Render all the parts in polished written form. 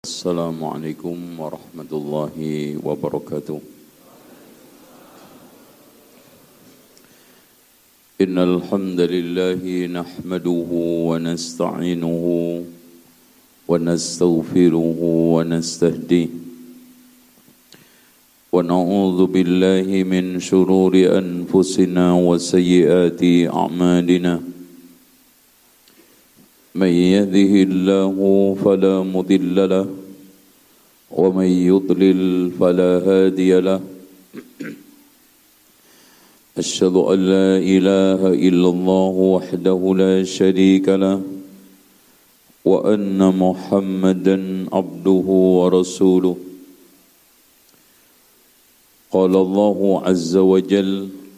Assalamualaikum warahmatullahi wabarakatuh. Innal hamdalillah nahmaduhu wa nasta'inuhu wa nastaghfiruhu wa nastahdihi wa na'udzu billahi min shururi anfusina wa sayyiati a'malina. من يهده الله فلا مضل له ومن يضلل فلا هادي له أشهد أن لا إله إلا الله وحده لا شريك له وأن محمدا عبده ورسوله قال الله عز وجل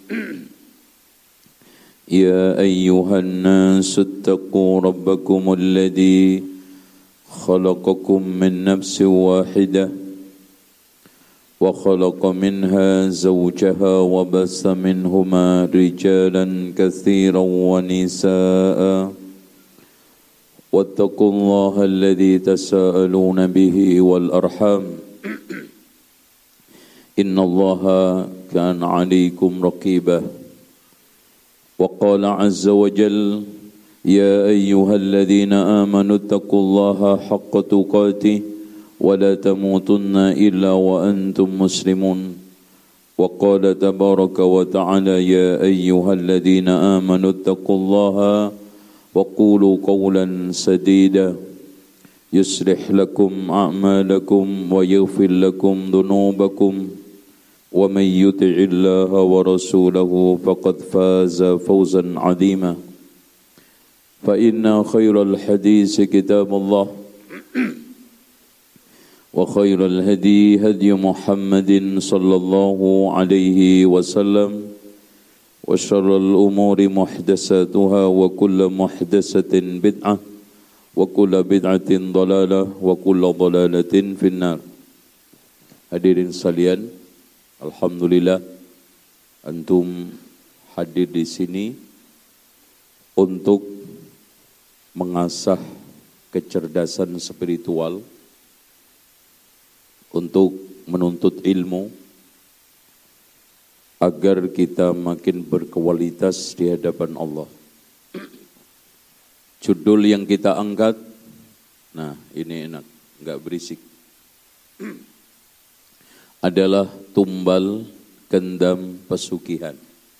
يا أيها الناس اتقوا ربكم الذي خلقكم من نفس واحدة وخلق منها زوجها وبث منهما رجالا كثيرا ونساء واتقوا الله الذي تساءلون به والأرحام إن الله كان عليكم رقيبا وقال عز وجل يا أيها الذين آمنوا اتقوا الله حق تقاته ولا تموتن إلا وأنتم مسلمون وقال تبارك وتعالى يا أيها الذين آمنوا اتقوا الله وقولوا قولا سديدا يصلح لكم أعمالكم ويغفر لكم ذنوبكم ومن يطع الله ورسوله فقد فاز فوزا عظيما فإن خير الحديث كتاب الله وخير الهدي هدي محمد صلى الله عليه وسلم وشر الأمور محدثاتها وكل محدثة بدعة وكل بدعة ضلالة وكل ضلالة في النار. Hadirin sekalian, alhamdulillah antum hadir di sini untuk mengasah kecerdasan spiritual, untuk menuntut ilmu agar kita makin berkualitas di hadapan Allah. Judul yang kita angkat, nah ini enak, enggak berisik, adalah tumbal gendam pesugihan.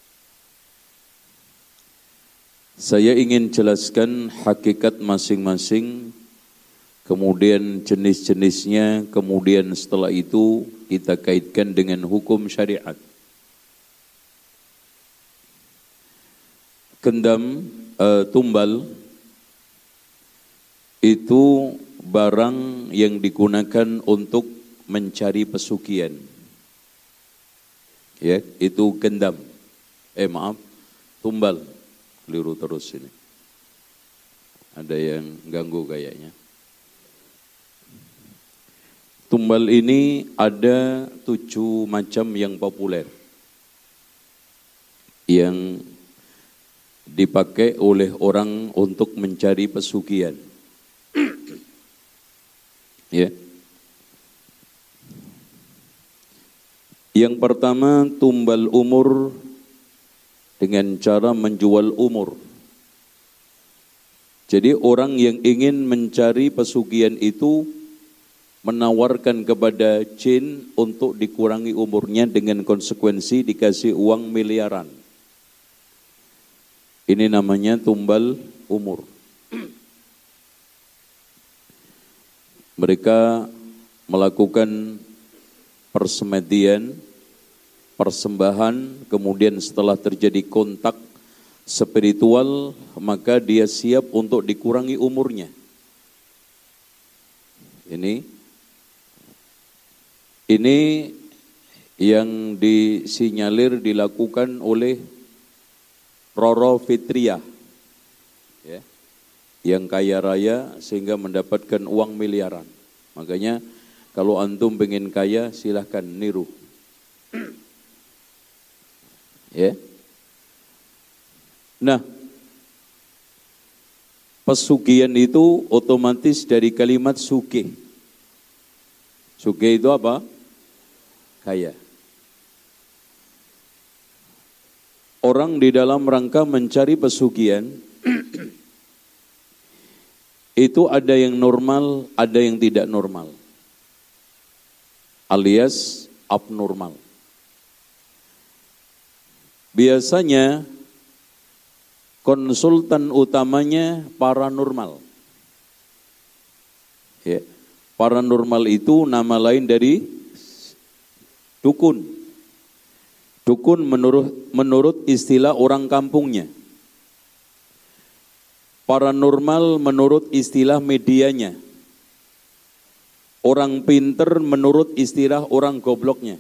Saya ingin jelaskan hakikat masing-masing, kemudian jenis-jenisnya, kemudian setelah itu kita kaitkan dengan hukum syariat. Tumbal itu barang yang digunakan untuk mencari pesugihan. Ya, itu gendam. Tumbal. Keliru terus ini. Ada yang ganggu kayaknya. Tumbal ini ada 7 macam yang populer, yang dipakai oleh orang untuk mencari pesugihan. Ya. Yang pertama, tumbal umur dengan cara menjual umur. Jadi orang yang ingin mencari pesugihan itu menawarkan kepada jin untuk dikurangi umurnya dengan konsekuensi dikasih uang miliaran. Ini namanya tumbal umur. Mereka melakukan persemedian, persembahan, kemudian setelah terjadi kontak spiritual, maka dia siap untuk dikurangi umurnya. Ini yang disinyalir dilakukan oleh Roro Fitria, ya, yang kaya raya sehingga mendapatkan uang miliaran. Makanya kalau antum pengen kaya, silahkan niru. Ya. Nah, pesugihan itu otomatis dari kalimat sugih. Sugih itu apa? Kaya. Orang di dalam rangka mencari pesugihan itu ada yang normal, ada yang tidak normal, alias abnormal. Biasanya konsultan utamanya paranormal. Ya, paranormal itu nama lain dari dukun. Dukun menurut istilah orang kampungnya. Paranormal menurut istilah medianya. Orang pinter menurut istilah orang gobloknya.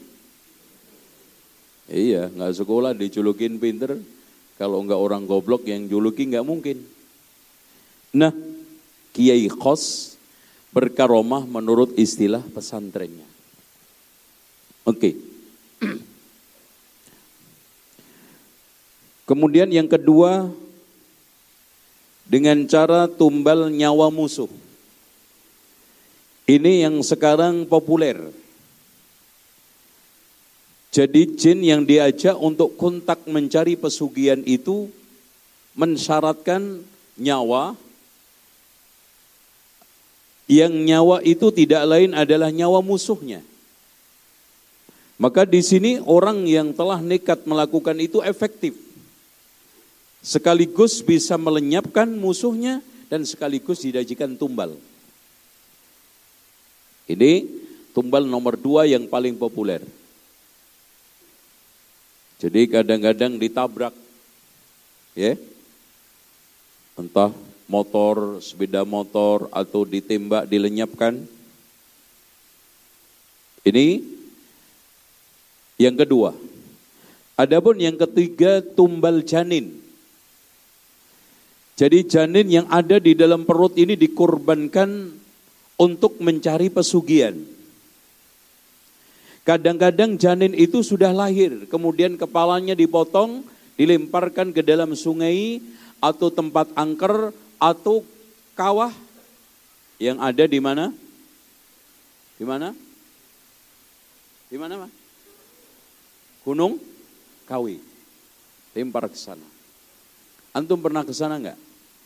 Iya, nggak sekolah dijulukin pinter. Kalau nggak orang goblok yang juluki nggak mungkin. Nah, Kiai Khos berkaromah menurut istilah pesantrennya. Oke. Kemudian yang kedua, dengan cara tumbal nyawa musuh. Ini yang sekarang populer. Jadi jin yang diajak untuk kontak mencari pesugihan itu mensyaratkan nyawa, yang nyawa itu tidak lain adalah nyawa musuhnya. Maka di sini orang yang telah nekat melakukan itu efektif. Sekaligus bisa melenyapkan musuhnya dan sekaligus didajikan tumbal. Ini tumbal nomor 2 yang paling populer. Jadi kadang-kadang ditabrak, ya, entah motor, sepeda motor atau ditembak, dilenyapkan. Ini yang kedua. Adapun yang ketiga, tumbal janin. Jadi janin yang ada di dalam perut ini dikorbankan untuk mencari pesugihan. Kadang-kadang janin itu sudah lahir, kemudian kepalanya dipotong, dilemparkan ke dalam sungai atau tempat angker atau kawah yang ada di mana? Di mana? Di mana, Mas? Gunung Kawi. Lempar ke sana. Antum pernah ke sana enggak?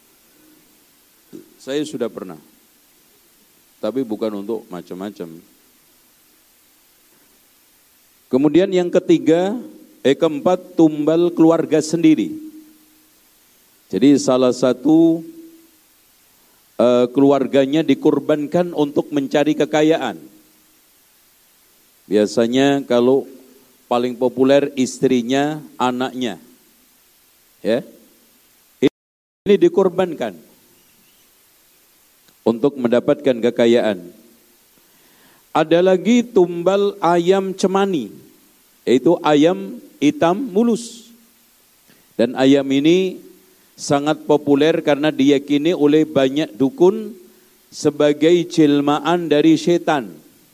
Saya sudah pernah. Tapi bukan untuk macam-macam. Kemudian yang keempat, tumbal keluarga sendiri. Jadi salah satu keluarganya dikorbankan untuk mencari kekayaan. Biasanya kalau paling populer istrinya, anaknya. Ya. Ini dikorbankan untuk mendapatkan kekayaan. Ada lagi tumbal ayam cemani, yaitu ayam hitam mulus. Dan ayam ini sangat populer karena diyakini oleh banyak dukun sebagai jelmaan dari setan.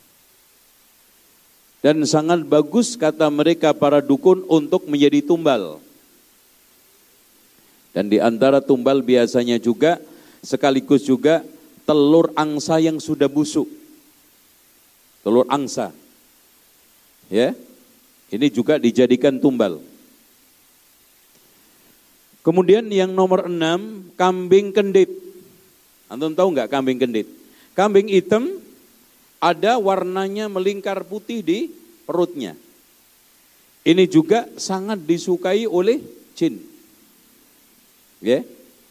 Dan sangat bagus kata mereka para dukun untuk menjadi tumbal. Dan di antara tumbal biasanya juga sekaligus juga telur angsa yang sudah busuk. Telur angsa. Ya. Ini juga dijadikan tumbal. Kemudian yang nomor 6, kambing kendit. Antum tahu enggak kambing kendit? Kambing hitam ada warnanya melingkar putih di perutnya. Ini juga sangat disukai oleh jin. Ya.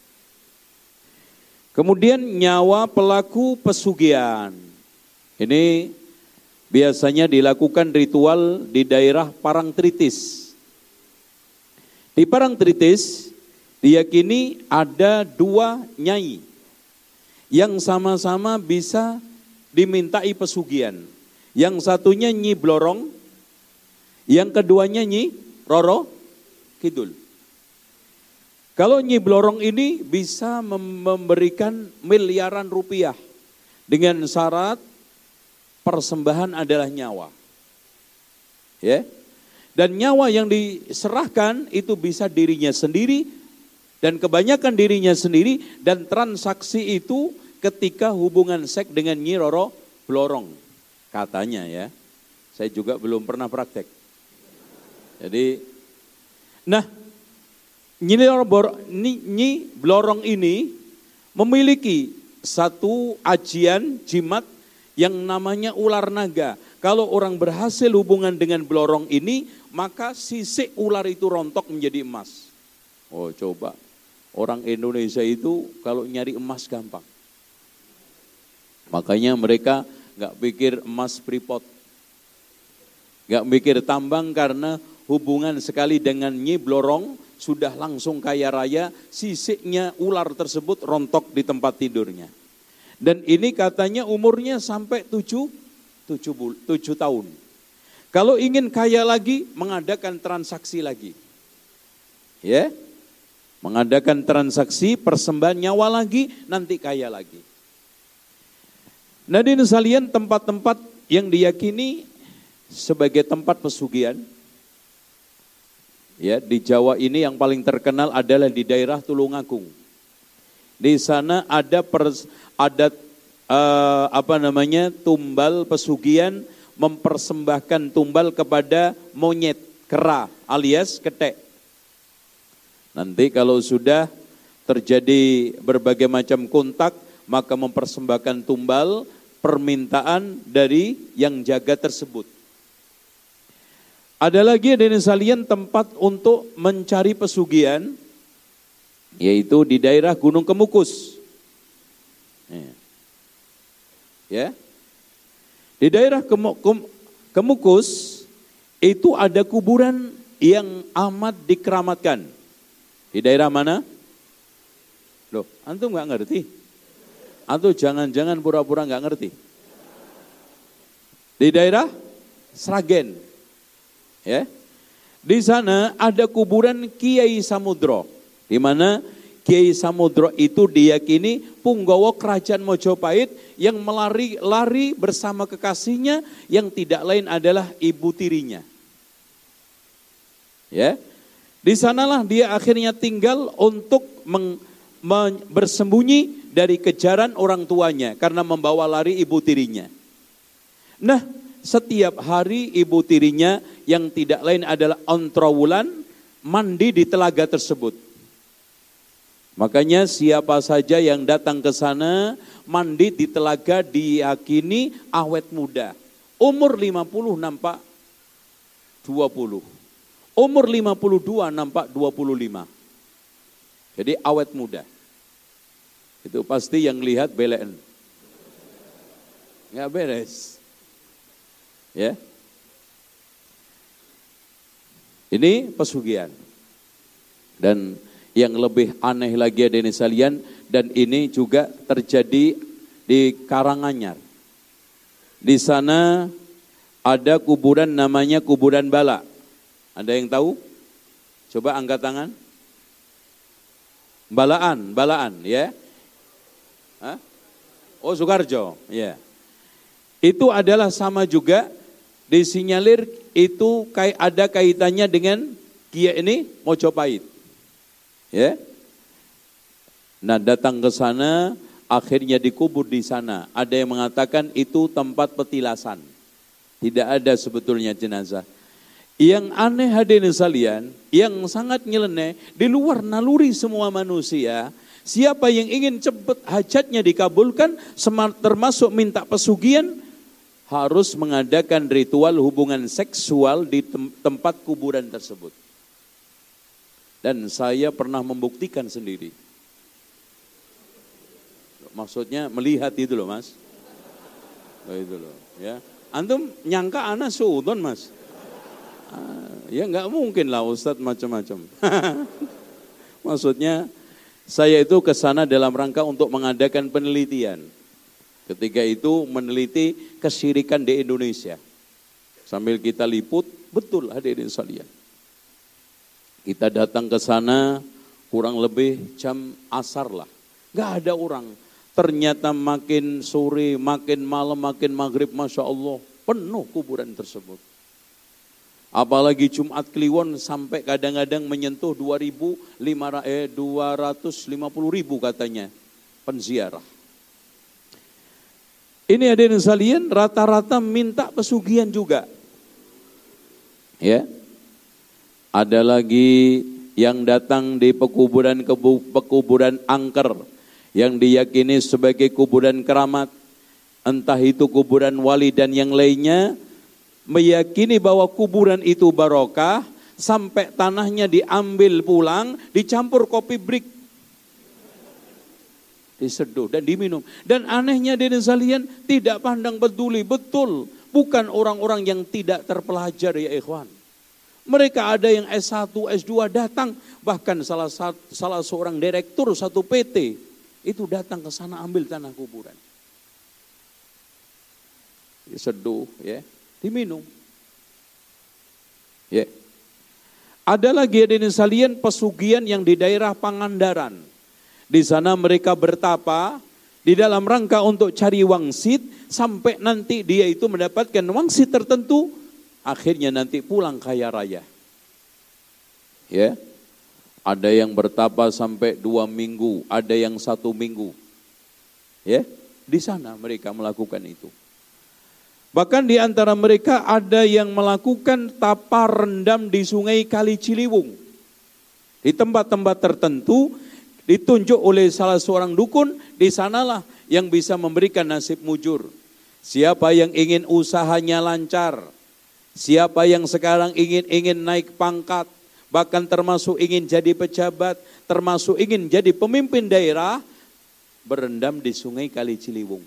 Kemudian nyawa pelaku pesugihan. Ini biasanya dilakukan ritual di daerah Parangtritis. Di Parangtritis diyakini ada 2 nyai yang sama-sama bisa dimintai pesugihan. Yang satunya Nyi Blorong, yang keduanya Nyi Roro Kidul. Kalau Nyi Blorong ini bisa memberikan miliaran rupiah dengan syarat persembahan adalah nyawa. Ya. Dan nyawa yang diserahkan itu bisa dirinya sendiri dan kebanyakan dirinya sendiri, dan transaksi itu ketika hubungan seks dengan Nyi Roro Blorong. Katanya ya. Saya juga belum pernah praktek. Jadi, nah, Nyi Blorong ini memiliki satu ajian jimat yang namanya ular naga. Kalau orang berhasil hubungan dengan Blorong ini, maka sisik ular itu rontok menjadi emas. Oh coba, orang Indonesia itu kalau nyari emas gampang. Makanya mereka gak pikir emas Freeport, gak mikir tambang, karena hubungan sekali dengan Nyi Blorong sudah langsung kaya raya, sisiknya ular tersebut rontok di tempat tidurnya. Dan ini katanya umurnya sampai 7 tahun. Kalau ingin kaya lagi, mengadakan transaksi lagi. Ya, mengadakan transaksi, persembahan nyawa lagi, nanti kaya lagi. Nah, di sekalian tempat-tempat yang diyakini sebagai tempat pesugihan, ya, di Jawa ini yang paling terkenal adalah di daerah Tulungagung. Di sana ada tumbal pesugihan, mempersembahkan tumbal kepada monyet kera alias ketek. Nanti kalau sudah terjadi berbagai macam kontak, maka mempersembahkan tumbal permintaan dari yang jaga tersebut. Ada lagi di sekalian tempat untuk mencari pesugihan, yaitu di daerah Gunung Kemukus. Ya, di daerah Kemukus itu ada kuburan yang amat dikeramatkan. Di daerah mana? Loh, antum nggak ngerti? Atau jangan-jangan pura-pura nggak ngerti? Di daerah Sragen, ya. Di sana ada kuburan Kiai Samudro, di mana Kiai Samudro itu diyakini punggawa kerajaan Mojopahit yang lari bersama kekasihnya yang tidak lain adalah ibu tirinya. Ya, di sanalah dia akhirnya tinggal untuk bersembunyi dari kejaran orang tuanya karena membawa lari ibu tirinya. Nah, setiap hari ibu tirinya yang tidak lain adalah Ontrawulan mandi di telaga tersebut. Makanya siapa saja yang datang ke sana mandi di telaga diyakini awet muda. Umur 50 nampak 20. Umur 52 nampak 25. Jadi awet muda. Itu pasti yang lihat belen. Nggak beres. Ya. Ini pesugihan. Dan yang lebih aneh lagi ada ini sekalian, dan ini juga terjadi di Karanganyar. Di sana ada kuburan namanya kuburan Bala. Ada yang tahu? Coba angkat tangan. Balaan, ya. Hah? Oh, Soekarjo, ya. Itu adalah sama juga disinyalir itu ada kaitannya dengan Kiai ini Mojopahit. Ya. Nah, datang ke sana akhirnya dikubur di sana. Ada yang mengatakan itu tempat petilasan. Tidak ada sebetulnya jenazah. Yang aneh hadirin sekalian, yang sangat nyeleneh, di luar naluri semua manusia, siapa yang ingin cepat hajatnya dikabulkan, termasuk minta pesugihan, harus mengadakan ritual hubungan seksual di tempat kuburan tersebut. Dan saya pernah membuktikan sendiri. Maksudnya melihat itu loh, Mas. Oh, itu loh, ya. Antum nyangka ana suudon, Mas? Ya nggak mungkin lah Ustadz macam-macam. Maksudnya saya itu ke sana dalam rangka untuk mengadakan penelitian. Ketika itu meneliti kesyirikan di Indonesia. Sambil kita liput, betul hadirin sekalian. Kita datang ke sana kurang lebih jam asar lah. Nggak ada orang. Ternyata makin sore, makin malam, makin maghrib, Masya Allah, penuh kuburan tersebut. Apalagi Jumat Kliwon sampai kadang-kadang menyentuh 250.000 katanya penziarah. Ini hadirin sekalian rata-rata minta pesugihan juga. Ya. Ada lagi yang datang di pekuburan angker yang diyakini sebagai kuburan keramat, entah itu kuburan wali dan yang lainnya, meyakini bahwa kuburan itu barokah, sampai tanahnya diambil pulang, dicampur kopi brik, diseduh dan diminum. Dan anehnya dari salian tidak pandang peduli, betul, bukan orang-orang yang tidak terpelajar ya ikhwan. Mereka ada yang S1, S2 datang, bahkan salah seorang direktur satu PT itu datang ke sana ambil tanah kuburan. Diseduh ya, diminum. Ya. Ada lagi hadirin sekalian pesugihan yang di daerah Pangandaran. Di sana mereka bertapa di dalam rangka untuk cari wangsit sampai nanti dia itu mendapatkan wangsit tertentu, akhirnya nanti pulang kaya raya. Ya. Ada yang bertapa sampai 2 minggu, ada yang 1 minggu. Ya, di sana mereka melakukan itu. Bahkan di antara mereka ada yang melakukan tapa rendam di sungai Kali Ciliwung. Di tempat-tempat tertentu ditunjuk oleh salah seorang dukun, di sanalah yang bisa memberikan nasib mujur. Siapa yang ingin usahanya lancar, siapa yang sekarang ingin naik pangkat, bahkan termasuk ingin jadi pejabat, termasuk ingin jadi pemimpin daerah, berendam di sungai Kali Ciliwung.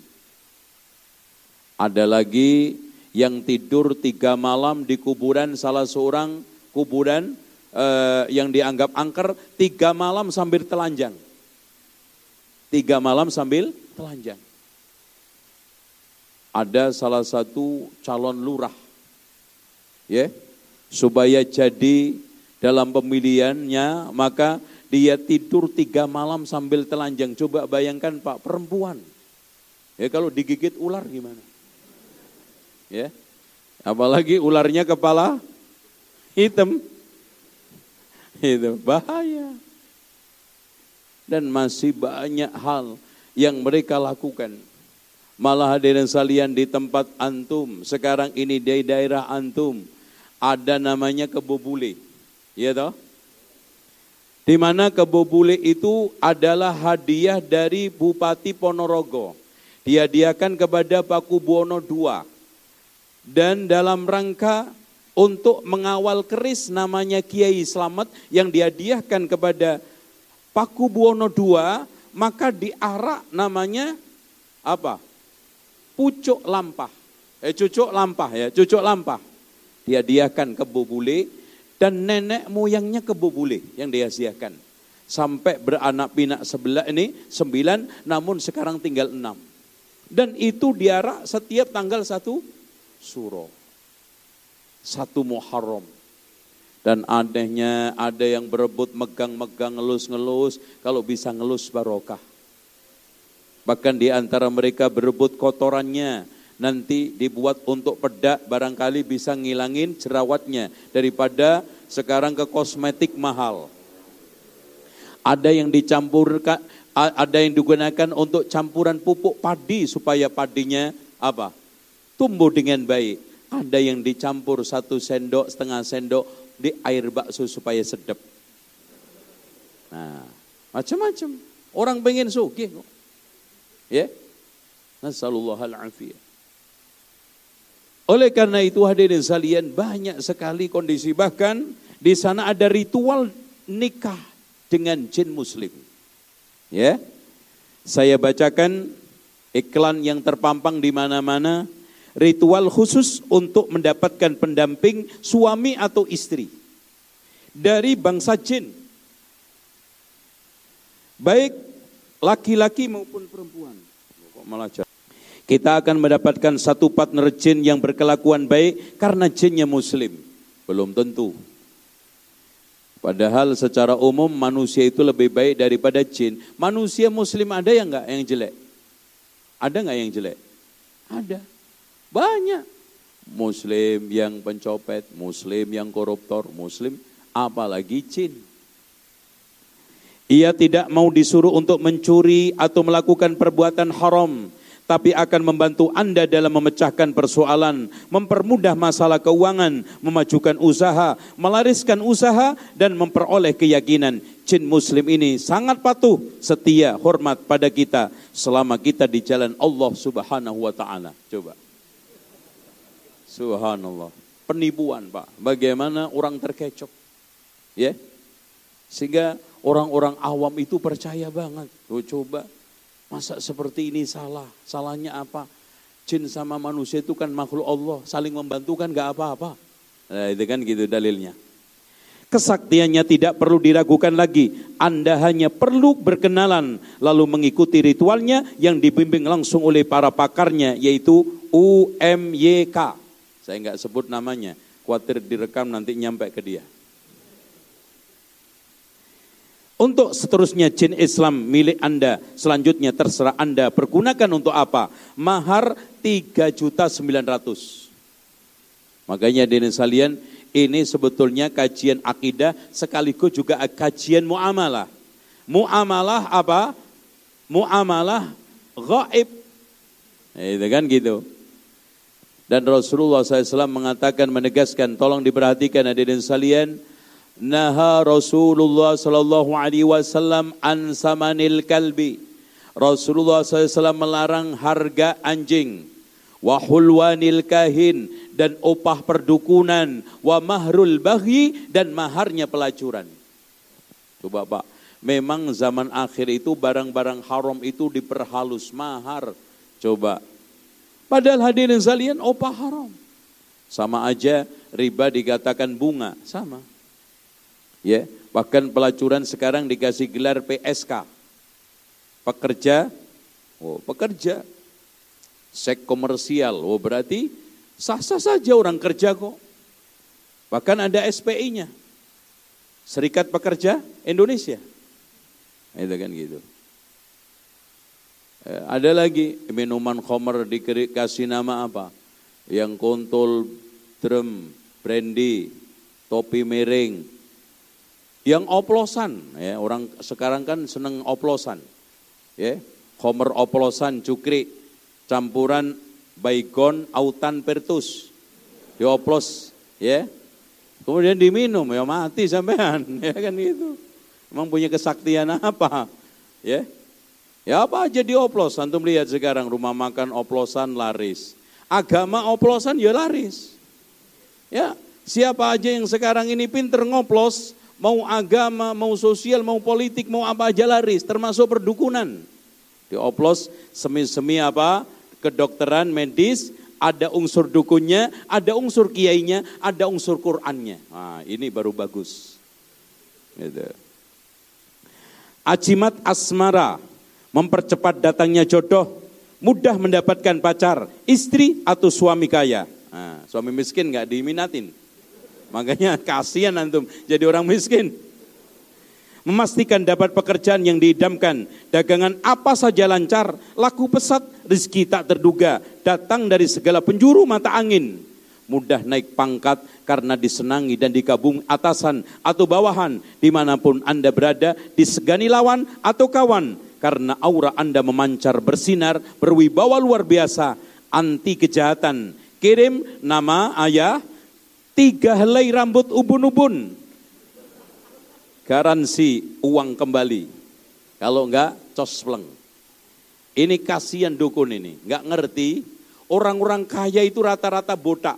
Ada lagi yang tidur 3 malam di kuburan salah seorang kuburan yang dianggap angker, 3 malam sambil telanjang. 3 malam sambil telanjang. Ada salah satu calon lurah, ya, supaya jadi dalam pemilihannya, maka dia tidur 3 malam sambil telanjang. Coba bayangkan Pak, perempuan. Ya kalau digigit ular gimana? Ya, apalagi ularnya kepala hitam. Itu bahaya. Dan masih banyak hal yang mereka lakukan. Malah hadirin sekalian di tempat antum, sekarang ini di daerah antum, ada namanya Kebo Bule. Ya toh? Di mana Kebo Bule itu adalah hadiah dari Bupati Ponorogo. Dihadiahkan kepada Pakubuwono II. Dan dalam rangka untuk mengawal keris namanya Kiai Slamet yang dihadiahkan kepada Pakubuwono II, maka diarak namanya apa? Pucuk Lampah. Cucuk Lampah ya, Cucuk Lampah. Dihadiahkan Kebo Bule dan nenek moyangnya Kebo Bule yang dihadiahkan. Sampai beranak pinak sebelah ini 9, namun sekarang tinggal 6. Dan itu diarak setiap tanggal 1 Suro. 1 Muharram. Dan anehnya ada yang berebut megang-megang, ngelus-ngelus, kalau bisa ngelus barokah. Bahkan di antara mereka berebut kotorannya, nanti dibuat untuk pedak, barangkali bisa ngilangin jerawatnya daripada sekarang ke kosmetik mahal. Ada yang dicampurkan, ada yang digunakan untuk campuran pupuk padi supaya padinya apa? Tumbuh dengan baik. Ada yang dicampur 1 sendok, setengah sendok di air bakso supaya sedap. Nah, macam-macam. Orang pengen sugih kok. Ya. Nasallullahal afiyah. Oleh karena itu hadirin sekalian, banyak sekali kondisi, bahkan di sana ada ritual nikah dengan jin muslim. Ya. Saya bacakan iklan yang terpampang di mana-mana. Ritual khusus untuk mendapatkan pendamping suami atau istri dari bangsa jin, baik laki-laki maupun perempuan. Kita akan mendapatkan satu partner jin yang berkelakuan baik karena jinnya muslim. Belum tentu. Padahal secara umum manusia itu lebih baik daripada jin. Manusia muslim ada yang enggak yang jelek? Ada enggak yang jelek? Ada. Banyak. Muslim yang pencopet, muslim yang koruptor, muslim, apalagi jin. Ia tidak mau disuruh untuk mencuri atau melakukan perbuatan haram, tapi akan membantu Anda dalam memecahkan persoalan, mempermudah masalah keuangan, memajukan usaha, melariskan usaha, dan memperoleh keyakinan. Jin muslim ini sangat patuh, setia, hormat pada kita selama kita di jalan Allah Subhanahu wa ta'ala. Coba. Subhanallah. Penipuan, Pak. Bagaimana orang terkecoh. Ya. Sehingga orang-orang awam itu percaya banget. Loh, coba. Masa seperti ini salah? Salahnya apa? Jin sama manusia itu kan makhluk Allah, saling membantu kan gak apa-apa. Nah, itu kan gitu dalilnya. Kesaktiannya tidak perlu diragukan lagi. Anda hanya perlu berkenalan, lalu mengikuti ritualnya yang dibimbing langsung oleh para pakarnya, yaitu UMYK. Saya nggak sebut namanya, khawatir direkam nanti nyampe ke dia. Untuk seterusnya jin Islam milik Anda, selanjutnya terserah Anda pergunakan untuk apa. Mahar 3.900.000. Makanya dengan sekalian, ini sebetulnya kajian akidah sekaligus juga kajian muamalah. Muamalah apa? Muamalah gaib. Itu kan gitu. Dan Rasulullah SAW mengatakan, menegaskan, tolong diperhatikan hadirin sekalian. Naha Rasulullah sallallahu alaihi wasallam an samanil kalbi. Rasulullah SAW melarang harga anjing, wa hulwanil kahin, dan upah perdukunan, wa mahrul baghi, dan maharnya pelacuran. Coba Pak, memang zaman akhir itu barang-barang haram itu diperhalus mahar. Coba. Padahal hadirin sekalian upah haram. Sama aja riba dikatakan bunga, sama. Ya, bahkan pelacuran sekarang dikasih gelar PSK. Pekerja, pekerja. Seks komersial, berarti sah-sah saja orang kerja kok. Bahkan ada SPI-nya. Serikat Pekerja Indonesia. Itu kan gitu. Ada lagi minuman khamr dikasih nama apa? Yang kontol, drum, brandy, topi miring. Yang oplosan, ya, orang sekarang kan seneng oplosan, ya, khamr oplosan, cukri, campuran baygon, autan, pertus, dioplos, ya, kemudian diminum, ya mati sampean, ya kan gitu. Emang punya kesaktian apa, ya? Ya apa aja dioplos. Antum lihat sekarang rumah makan oplosan laris, agama oplosan ya laris, ya. Siapa aja yang sekarang ini pinter ngoplos, mau agama, mau sosial, mau politik, mau apa aja laris, termasuk perdukunan. Dioplos semi-semi apa? Kedokteran, medis, ada unsur dukunnya, ada unsur kiainya, ada unsur Qur'annya. Nah, ini baru bagus. Gitu. Ajimat asmara, mempercepat datangnya jodoh, mudah mendapatkan pacar, istri atau suami kaya. Nah, suami miskin gak diminatin. Makanya kasihan antum jadi orang miskin. Memastikan dapat pekerjaan yang diidamkan, dagangan apa saja lancar, laku pesat, rezeki tak terduga, datang dari segala penjuru mata angin. Mudah naik pangkat karena disenangi dan dikabung atasan atau bawahan, dimanapun Anda berada, disegani lawan atau kawan, karena aura Anda memancar bersinar, berwibawa luar biasa, anti kejahatan. Kirim nama ayah, 3 helai rambut ubun-ubun, garansi uang kembali. Kalau enggak, cospleng. Ini kasihan dukun ini, enggak ngerti. Orang-orang kaya itu rata-rata botak.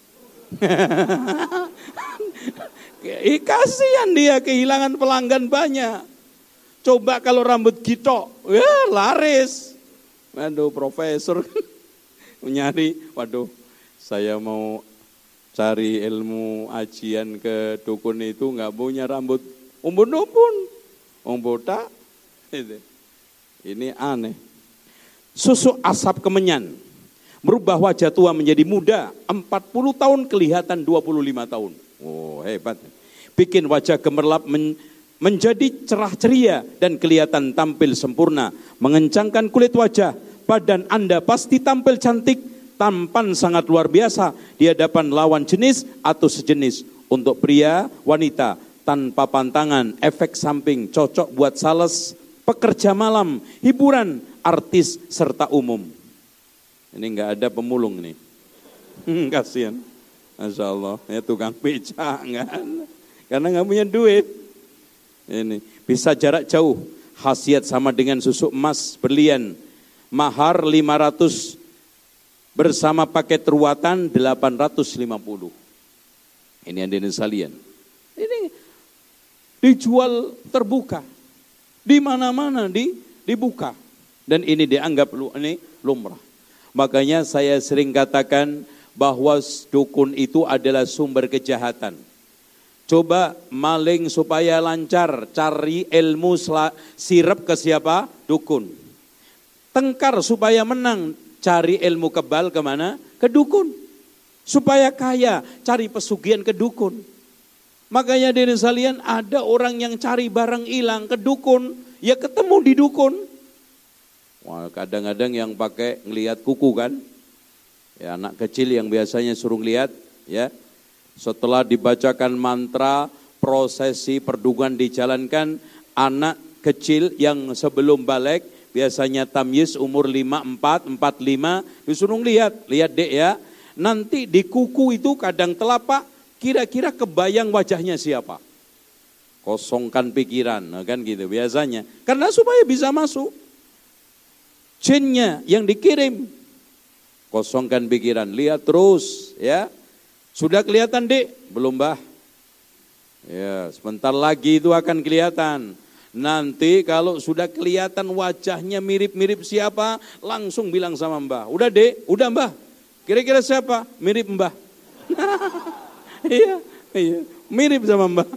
Kasihan dia kehilangan pelanggan banyak. Coba kalau rambut gitok, ya laris. Waduh, profesor nyari, waduh, saya mau cari ilmu ajian ke dukun itu nggak punya rambut umbun-umbun, botak. Ini aneh. Susu asap kemenyan, merubah wajah tua menjadi muda, 40 tahun kelihatan 25 tahun. Oh, hebat. Bikin wajah gemerlap menjadi cerah ceria dan kelihatan tampil sempurna. Mengencangkan kulit wajah, badan Anda pasti tampil cantik, tampan sangat luar biasa di hadapan lawan jenis atau sejenis. Untuk pria, wanita, tanpa pantangan, efek samping, cocok buat sales, pekerja malam, hiburan, artis, serta umum. Ini nggak ada pemulung nih. Kasihan. Masya Allah, ya tukang becak kan. Karena nggak punya duit. Ini bisa jarak jauh. Khasiat sama dengan susu emas berlian. Mahar 500 bersama paket ruatan 850. Ini hadirin sekalian. Ini dijual terbuka. Di mana-mana dibuka. Dan ini dianggap ini lumrah. Makanya saya sering katakan bahwa dukun itu adalah sumber kejahatan. Coba maling supaya lancar, cari ilmu sirap ke siapa? Dukun. Tengkar supaya menang, cari ilmu kebal kemana? Ke dukun. Supaya kaya, cari pesugihan ke dukun. Makanya dari sekalian ada orang yang cari barang hilang ke dukun, ya ketemu di dukun. Wah, kadang-kadang yang pakai ngelihat kuku kan, ya anak kecil yang biasanya suruh ngelihat, ya setelah dibacakan mantra, prosesi perdukuan dijalankan, anak kecil yang sebelum balik, biasanya tamyiz umur 5, 4, 4, 5, disuruh lihat dek ya, nanti di kuku itu kadang telapak, kira-kira kebayang wajahnya siapa. Kosongkan pikiran, kan gitu biasanya, karena supaya bisa masuk. Jinnya yang dikirim, kosongkan pikiran, lihat terus ya. Sudah kelihatan dek? Belum mbah. Ya, sebentar lagi itu akan kelihatan. Nanti kalau sudah kelihatan wajahnya mirip-mirip siapa, langsung bilang sama mbah. Udah dek, udah mbah. Kira-kira siapa? Mirip mbah. Iya, mirip sama mbah.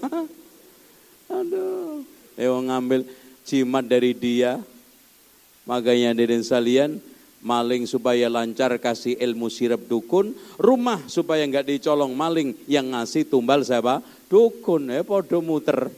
Aduh, ngambil jimat dari dia. Makanya hadirin sekalian, maling supaya lancar kasih ilmu sirap dukun, rumah supaya enggak dicolong maling, yang ngasih tumbal siapa? Dukun, ya podo muter.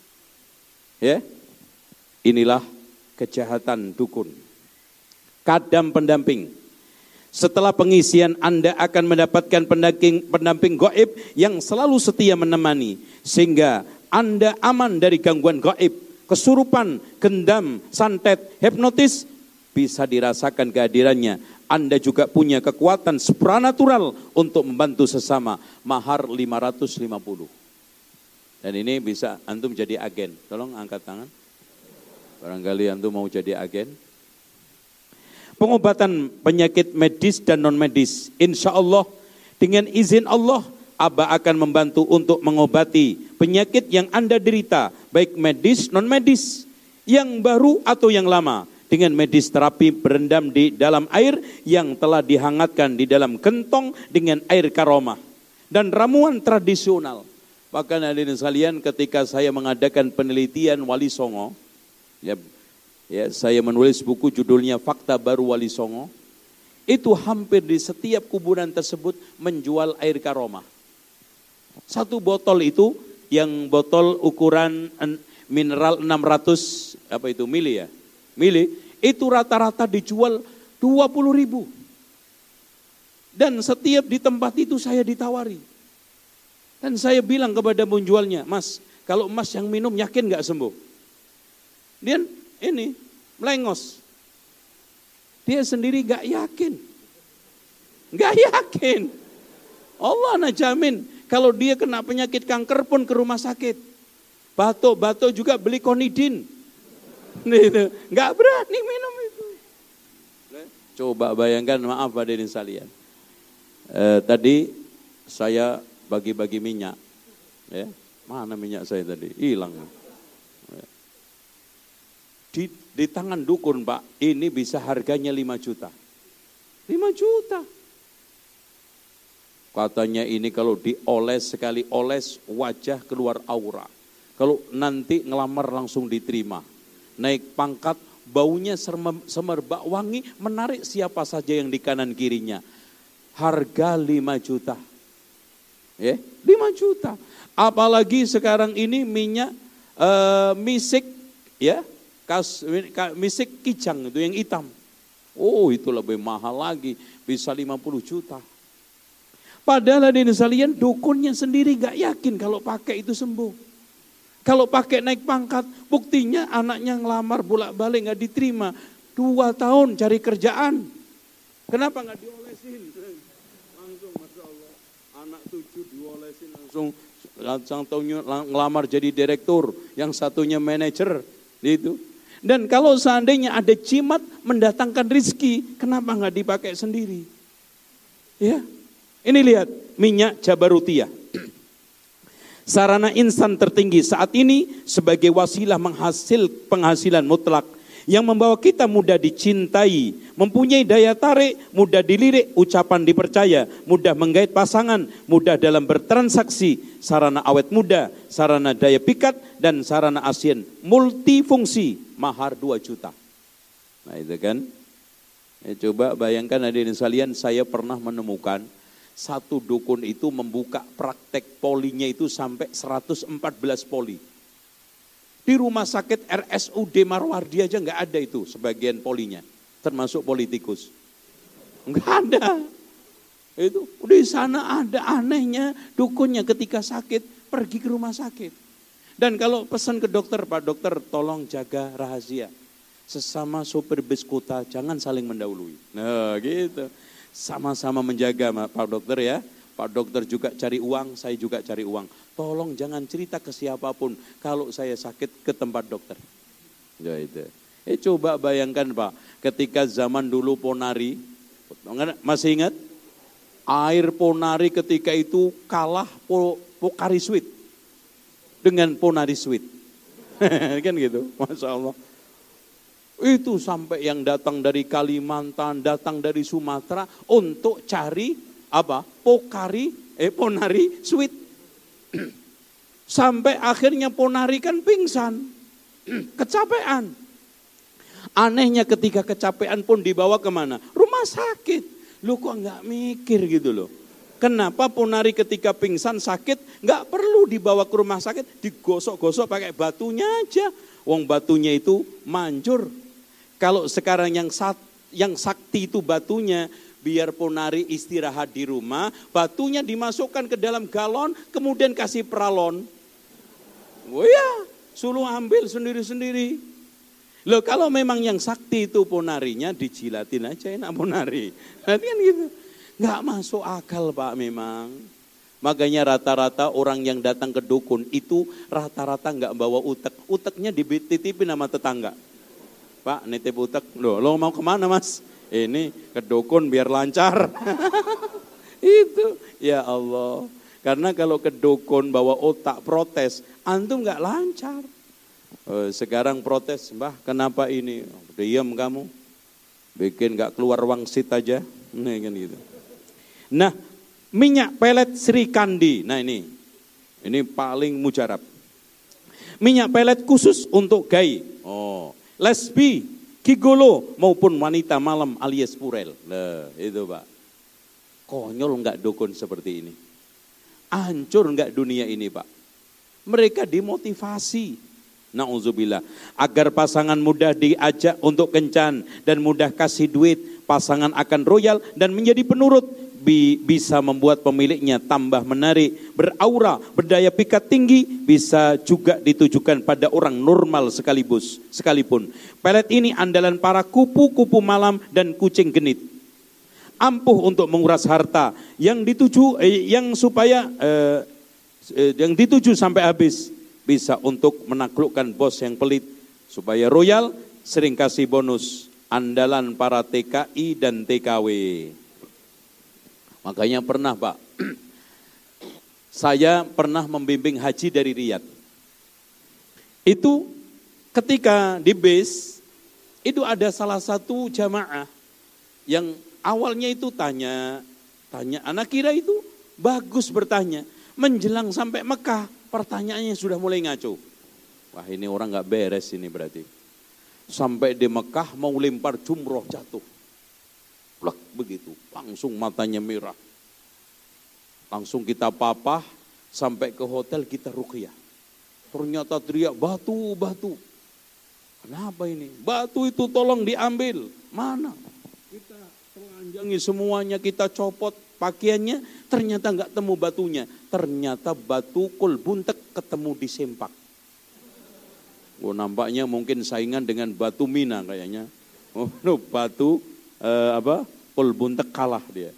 Ya. Inilah kejahatan dukun. Kadam pendamping. Setelah pengisian Anda akan mendapatkan pendamping gaib yang selalu setia menemani, sehingga Anda aman dari gangguan gaib. Kesurupan, gendam, santet, hipnotis bisa dirasakan kehadirannya. Anda juga punya kekuatan supranatural untuk membantu sesama. Mahar 550. Dan ini bisa antum jadi agen. Tolong angkat tangan. Barangkali antum mau jadi agen. Pengobatan penyakit medis dan non medis. Insya Allah dengan izin Allah, Abah akan membantu untuk mengobati penyakit yang Anda derita, baik medis, non-medis, yang baru atau yang lama, dengan medis terapi berendam di dalam air yang telah dihangatkan di dalam gentong dengan air karomah, dan ramuan tradisional. Bahkan hadirin sekalian, ketika saya mengadakan penelitian Wali Songo, ya saya menulis buku judulnya Fakta Baru Wali Songo, itu hampir di setiap kuburan tersebut menjual air karomah. Satu botol itu, yang botol ukuran mineral 600 mili ya, mili, itu rata-rata dijual 20.000. Dan setiap di tempat itu saya ditawari. Dan saya bilang kepada penjualnya, Mas, kalau Mas yang minum yakin gak sembuh? Dia ini melengos. Dia sendiri gak yakin. Gak yakin. Allah nak jamin. Kalau dia kena penyakit kanker pun ke rumah sakit. Batuk-batuk juga beli konidin. Nggak berani minum itu. Coba bayangkan, maaf hadirin sekalian. Tadi saya bagi-bagi minyak. Ya, mana minyak saya tadi? Hilang. Di tangan dukun Pak, ini bisa harganya 5 juta. 5 juta. Katanya ini kalau dioles, sekali oles wajah keluar aura. Kalau nanti ngelamar langsung diterima. Naik pangkat, baunya semerbak wangi, menarik siapa saja yang di kanan kirinya. Harga 5 juta. Ya, 5 juta. Apalagi sekarang ini minyak misik, ya, misik kijang itu yang hitam. Oh, itu lebih mahal lagi, bisa 50 juta. Padahal hadirin sekalian, dukunnya sendiri gak yakin kalau pakai itu sembuh. Kalau pakai naik pangkat, buktinya anaknya ngelamar bolak-balik gak diterima. 2 tahun cari kerjaan. Kenapa nggak diolesin? Langsung, Masya Allah. Anak 7 diolesin langsung satunya ngelamar jadi direktur, yang satunya manajer, gitu. Dan kalau seandainya ada jimat mendatangkan rizki, kenapa nggak dipakai sendiri? Ya, ini lihat minyak jabarutiyah. Sarana instan tertinggi saat ini sebagai wasilah penghasilan mutlak yang membawa kita mudah dicintai, mempunyai daya tarik, mudah dilirik, ucapan dipercaya, mudah menggait pasangan, mudah dalam bertransaksi, sarana awet muda, sarana daya pikat, dan sarana asien, multifungsi, mahar 2 juta. Nah itu kan, ya, coba bayangkan hadirin sekalian, saya pernah menemukan satu dukun itu membuka praktek polinya itu sampai 114 poli. Di rumah sakit RSUD Marwardi aja nggak ada itu sebagian polinya, termasuk politikus. Nggak ada. Itu di sana ada anehnya dukunnya ketika sakit pergi ke rumah sakit. Dan kalau pesan ke dokter, Pak dokter tolong jaga rahasia. Sesama sopir bis kota jangan saling mendahului. Nah gitu. Sama-sama menjaga Pak dokter ya. Pak dokter juga cari uang, saya juga cari uang. Tolong jangan cerita ke siapapun kalau saya sakit ke tempat dokter. Ya itu. Coba bayangkan Pak, ketika zaman dulu Ponari, masih ingat? Air Ponari ketika itu kalah Pokari Sweet dengan Ponari Sweet. Kan gitu, Masya Allah. Itu sampai yang datang dari Kalimantan, datang dari Sumatera untuk cari apa? Ponari Sweet. Sampai akhirnya Ponari kan pingsan, kecapean. Anehnya ketika kecapean pun dibawa kemana? Rumah sakit. Lu kok nggak mikir gitu loh. Kenapa Ponari ketika pingsan sakit nggak perlu dibawa ke rumah sakit, digosok-gosok pakai batunya aja. Wong batunya itu manjur. Kalau sekarang yang sakti itu batunya, biar Ponari istirahat di rumah, batunya dimasukkan ke dalam galon, kemudian kasih peralon. Oh ya, suruh ambil sendiri-sendiri. Loh kalau memang yang sakti itu Ponarinya, dijilatin aja enak Ponari. Nanti kan gitu. Nggak masuk akal Pak memang. Makanya rata-rata orang yang datang ke dukun itu rata-rata nggak bawa utek. Uteknya dititipin sama tetangga. Pak nitip utek, lo mau kemana Mas? Ini ke dukun biar lancar. Itu ya Allah. Karena kalau ke dukun bawa otak protes, antum nggak lancar. Sekarang protes, Mbah kenapa ini? Diam kamu, bikin nggak keluar wangsit aja. Nah kan gitu. Nah minyak pelet Sri Kandi. Nah ini paling mujarab. Minyak pelet khusus untuk gay. Lesbi, gigolo maupun wanita malam alias purel. Nah, itu Pak. Konyol enggak dukun seperti ini? Hancur enggak dunia ini Pak? Mereka dimotivasi. Na'udzubillah. Agar pasangan mudah diajak untuk kencan dan mudah kasih duit, pasangan akan royal dan menjadi penurut. Bisa membuat pemiliknya tambah menarik, beraura, berdaya pikat tinggi, bisa juga ditujukan pada orang normal sekalipun. Pelet ini andalan para kupu-kupu malam dan kucing genit. Ampuh untuk menguras harta yang dituju sampai habis, bisa untuk menaklukkan bos yang pelit supaya royal, sering kasih bonus, andalan para TKI dan TKW. Makanya pernah Pak, saya pernah membimbing haji dari Riyadh. Itu ketika di base, itu ada salah satu jamaah yang awalnya itu tanya, anak kira itu bagus bertanya. Menjelang sampai Mekah, pertanyaannya sudah mulai ngaco. Wah ini orang gak beres ini berarti. Sampai di Mekah mau lempar jumroh jatuh. Plek begitu, langsung matanya merah. Langsung kita papah, sampai ke hotel kita ruqyah. Ternyata teriak batu. Kenapa ini? Batu itu tolong diambil. Mana? Kita telanjangi semuanya, kita copot pakaiannya, ternyata enggak temu batunya. Ternyata batu kul buntek ketemu di sempak. Nampaknya mungkin saingan dengan batu Mina kayaknya. Batu buntek kalah dia.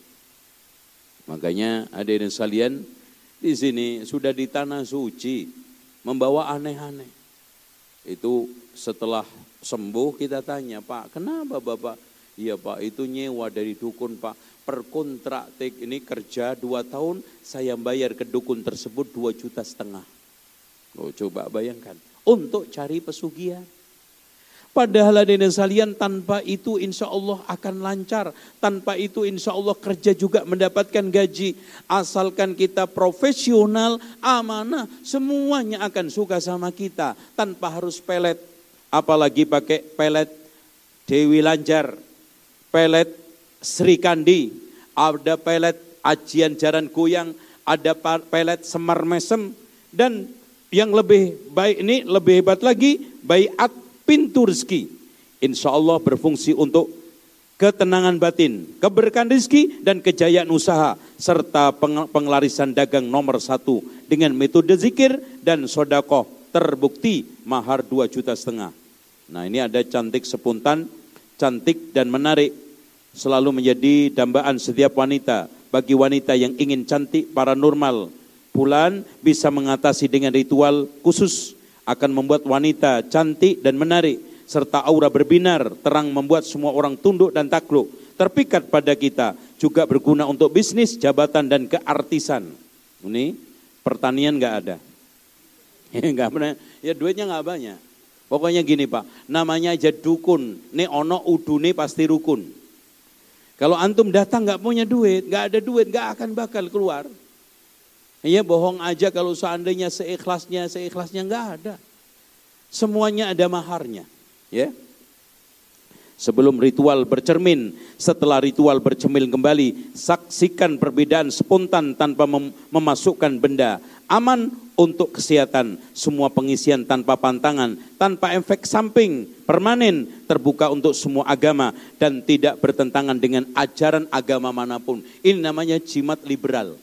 Makanya hadirin sekalian, di sini sudah di tanah suci, membawa aneh-aneh. Itu setelah sembuh kita tanya, Pak, kenapa Bapak? Iya Pak, itu nyewa dari dukun Pak. Per kontrak ini kerja 2 tahun, saya bayar ke dukun tersebut 2,5 juta. Oh, coba bayangkan, untuk cari pesugihan. Padahal hadirin sekalian, tanpa itu insya Allah akan lancar. Tanpa itu insya Allah kerja juga mendapatkan gaji. Asalkan kita profesional, amanah, semuanya akan suka sama kita. Tanpa harus pelet. Apalagi pakai pelet Dewi Lanjar, pelet Sri Kandi, ada pelet Ajian Jaran Goyang, ada pelet Semar Mesem. Dan yang lebih baik ini, lebih hebat lagi, Baiat Pintu Rezeki, insya Allah berfungsi untuk ketenangan batin, keberkahan rezeki dan kejayaan usaha, serta pengelarisan dagang nomor 1 dengan metode zikir dan sodakoh, terbukti mahar 2,5 juta. Nah ini ada cantik sepuntan, cantik dan menarik, selalu menjadi dambaan setiap wanita. Bagi wanita yang ingin cantik paranormal, bulan bisa mengatasi dengan ritual khusus, akan membuat wanita cantik dan menarik, serta aura berbinar, terang membuat semua orang tunduk dan takluk, terpikat pada kita, juga berguna untuk bisnis, jabatan dan keartisan. Ini pertanian nggak ada, nggak benar, ya duitnya nggak banyak. Pokoknya gini Pak, namanya aja dukun, nih ono udune pasti rukun. Kalau antum datang nggak punya duit, nggak ada duit, nggak akan bakal keluar. Ya bohong aja kalau seandainya seikhlasnya nggak ada. Semuanya ada maharnya. Ya. Sebelum ritual bercermin, setelah ritual bercermin kembali, saksikan perbedaan spontan tanpa memasukkan benda. Aman untuk kesehatan, semua pengisian tanpa pantangan, tanpa efek samping, permanen, terbuka untuk semua agama dan tidak bertentangan dengan ajaran agama manapun. Ini namanya jimat liberal.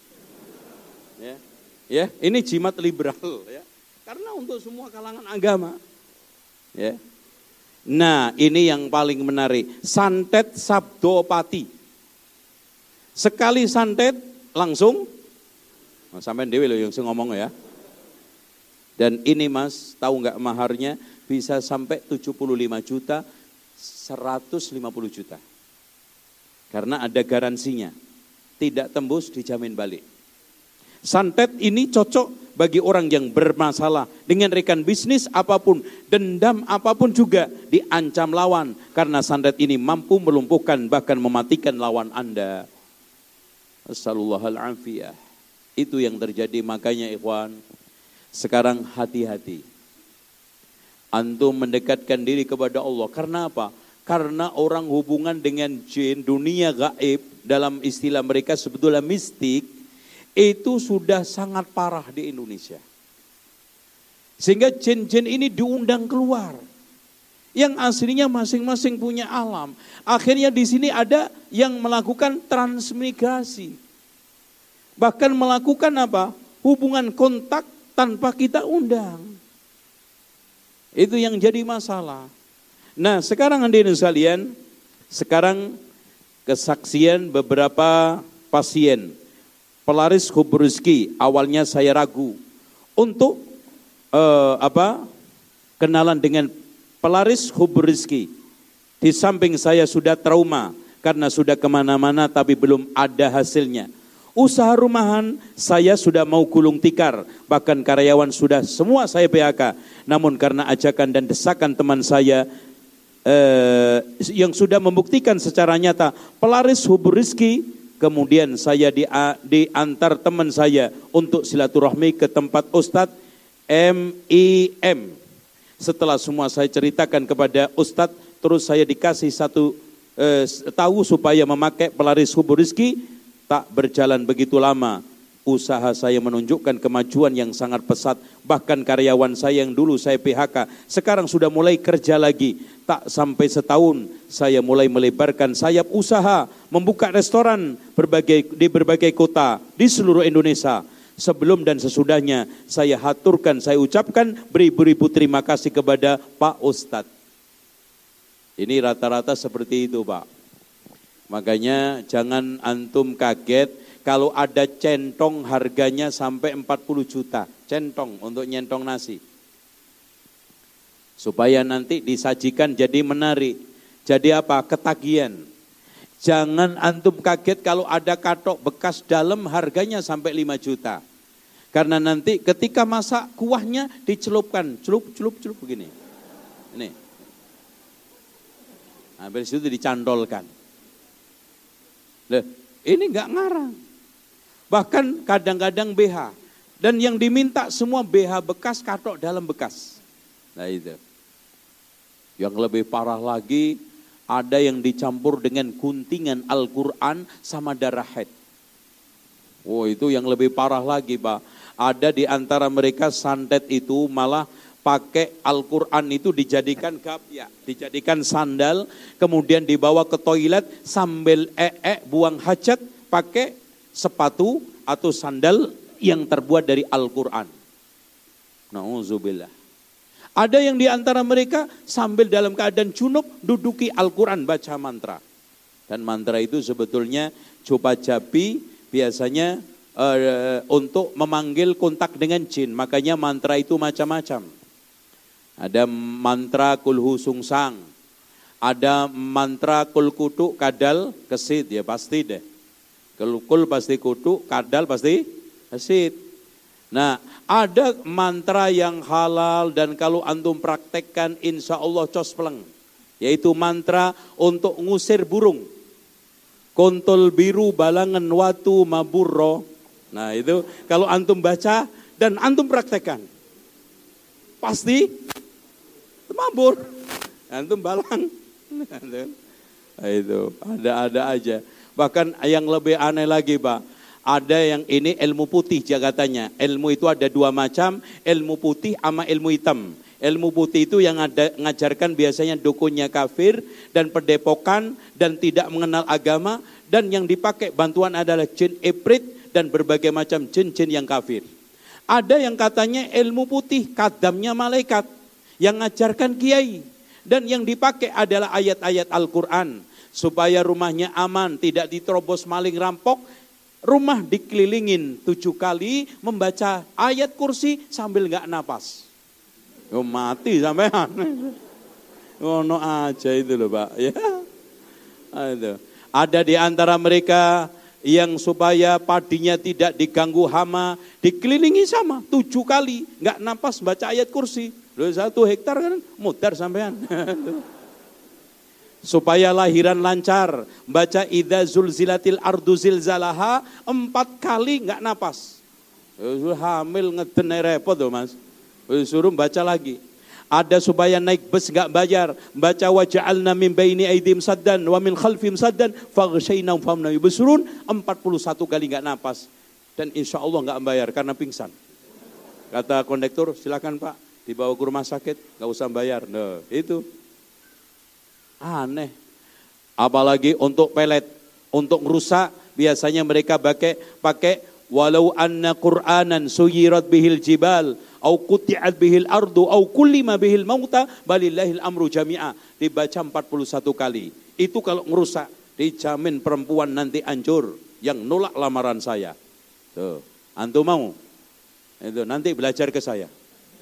Ya, ini jimat liberal ya. Karena untuk semua kalangan agama. Ya. Nah, ini yang paling menarik, santet sabdopati. Sekali santet langsung sampean dhewe lho yang ngomong ya. Dan ini Mas, tahu enggak maharnya bisa sampai 75 juta, 150 juta. Karena ada garansinya. Tidak tembus dijamin balik. Santet ini cocok bagi orang yang bermasalah dengan rekan bisnis apapun, dendam apapun juga, diancam lawan. Karena santet ini mampu melumpuhkan bahkan mematikan lawan Anda. Assallallahu alafiyah. Itu yang terjadi, makanya ikhwan, sekarang hati-hati. Antum mendekatkan diri kepada Allah. Karena apa? Karena orang hubungan dengan jin, dunia gaib, dalam istilah mereka sebetulnya mistik, itu sudah sangat parah di Indonesia. Sehingga jin-jin ini diundang keluar. Yang aslinya masing-masing punya alam. Akhirnya di sini ada yang melakukan transmigrasi. Bahkan melakukan apa? Hubungan kontak tanpa kita undang. Itu yang jadi masalah. Nah, sekarang hadirin sekalian, sekarang kesaksian beberapa pasien pelaris hubur rezeki. Awalnya saya ragu untuk kenalan dengan pelaris hubur rezeki. Di samping saya sudah trauma karena sudah kemana-mana tapi belum ada hasilnya. Usaha rumahan saya sudah mau gulung tikar, bahkan karyawan sudah semua saya PHK. Namun karena ajakan dan desakan teman saya yang sudah membuktikan secara nyata pelaris hubur rezeki, kemudian saya diantar teman saya untuk silaturahmi ke tempat Ustadz MIM. Setelah semua saya ceritakan kepada Ustadz, terus saya dikasih tahu supaya memakai pelaris hubur rezeki. Tak berjalan begitu lama, usaha saya menunjukkan kemajuan yang sangat pesat. Bahkan karyawan saya yang dulu saya PHK, sekarang sudah mulai kerja lagi. Tak sampai setahun, saya mulai melebarkan sayap usaha, membuka restoran di berbagai kota di seluruh Indonesia. Sebelum dan sesudahnya, saya ucapkan beribu-ribu terima kasih kepada Pak Ustadz. Ini rata-rata seperti itu Pak. Makanya jangan antum kaget kalau ada centong harganya sampai 40 juta. Centong untuk nyentong nasi. Supaya nanti disajikan jadi menarik. Jadi apa? Ketagihan. Jangan antum kaget kalau ada katok bekas dalam harganya sampai 5 juta. Karena nanti ketika masak kuahnya dicelupkan. Celup begini. Ini. Habis itu dicantolkan. Loh, ini enggak ngarang. Bahkan kadang-kadang BH. Dan yang diminta semua BH bekas, katok dalam bekas. Nah itu. Yang lebih parah lagi, ada yang dicampur dengan guntingan Al-Quran sama darah haid. Oh itu yang lebih parah lagi Pak. Ada di antara mereka santet itu malah pakai Al-Quran itu dijadikan gapyak, dijadikan sandal, kemudian dibawa ke toilet sambil buang hajat pakai sepatu atau sandal yang terbuat dari Al-Quran. Na'udzubillah. Ada yang di antara mereka sambil dalam keadaan junub duduki Al-Quran baca mantra. Dan mantra itu sebetulnya coba jabi biasanya untuk memanggil kontak dengan jin. Makanya mantra itu macam-macam. Ada mantra kulhu sungsang, ada mantra kul kutuk kadal kesit, ya pasti deh. Kul pasti kutuk, kadal pasti kesit. Nah ada mantra yang halal dan kalau antum praktekkan insya Allah cospleng. Yaitu mantra untuk ngusir burung. Kontol biru balangan watu maburro. Nah itu kalau antum baca dan antum praktekkan. Pasti mabur, antum balang, itu ada aja. Bahkan yang lebih aneh lagi Pak, ada yang ini ilmu putih katanya. Ilmu itu ada dua macam, ilmu putih sama ilmu hitam. Ilmu putih itu yang ada ngajarkan biasanya dukunnya kafir dan pendepokan dan tidak mengenal agama dan yang dipakai bantuan adalah jin ifrit dan berbagai macam jin-jin yang kafir. Ada yang katanya ilmu putih, kadamnya malaikat. Yang ngajarkan kiai. Dan yang dipakai adalah ayat-ayat Al-Quran. Supaya rumahnya aman, tidak diterobos maling rampok. Rumah dikelilingin 7 kali, membaca ayat kursi sambil gak napas. Oh, mati sampean. Ngono aja itu loh Pak. Ya. Ada di antara mereka yang supaya padinya tidak diganggu hama, dikelilingi sama 7 kali. Gak napas baca ayat kursi. 1 hektar kan mutar sampean. Supaya lahiran lancar, baca idza zulzilatil ardu zilzalaha 4 kali enggak napas. Hamil ngeden repot tuh Mas. Suruh baca lagi. Ada supaya naik bus enggak bayar, baca waja'alna min baini aidim saddan wa min khalfim saddan faghshaynahum famna yubsirun 41 kali enggak napas. Dan insya Allah enggak bayar karena pingsan. Kata kondektur, silakan Pak. Dibawa ke rumah sakit, nggak usah bayar. Nah, itu aneh. Apalagi untuk pelet, untuk rusak, biasanya mereka pakai walau anna Qur'anan suyirat bihil jibal, au quti'at bihil ardu, au kullima bihil mauta, balillahil amru jami'a. Dibaca 41 kali. Itu kalau ngerusak, dijamin perempuan nanti hancur yang nolak lamaran saya. Tuh, antum mau? Itu nanti belajar ke saya.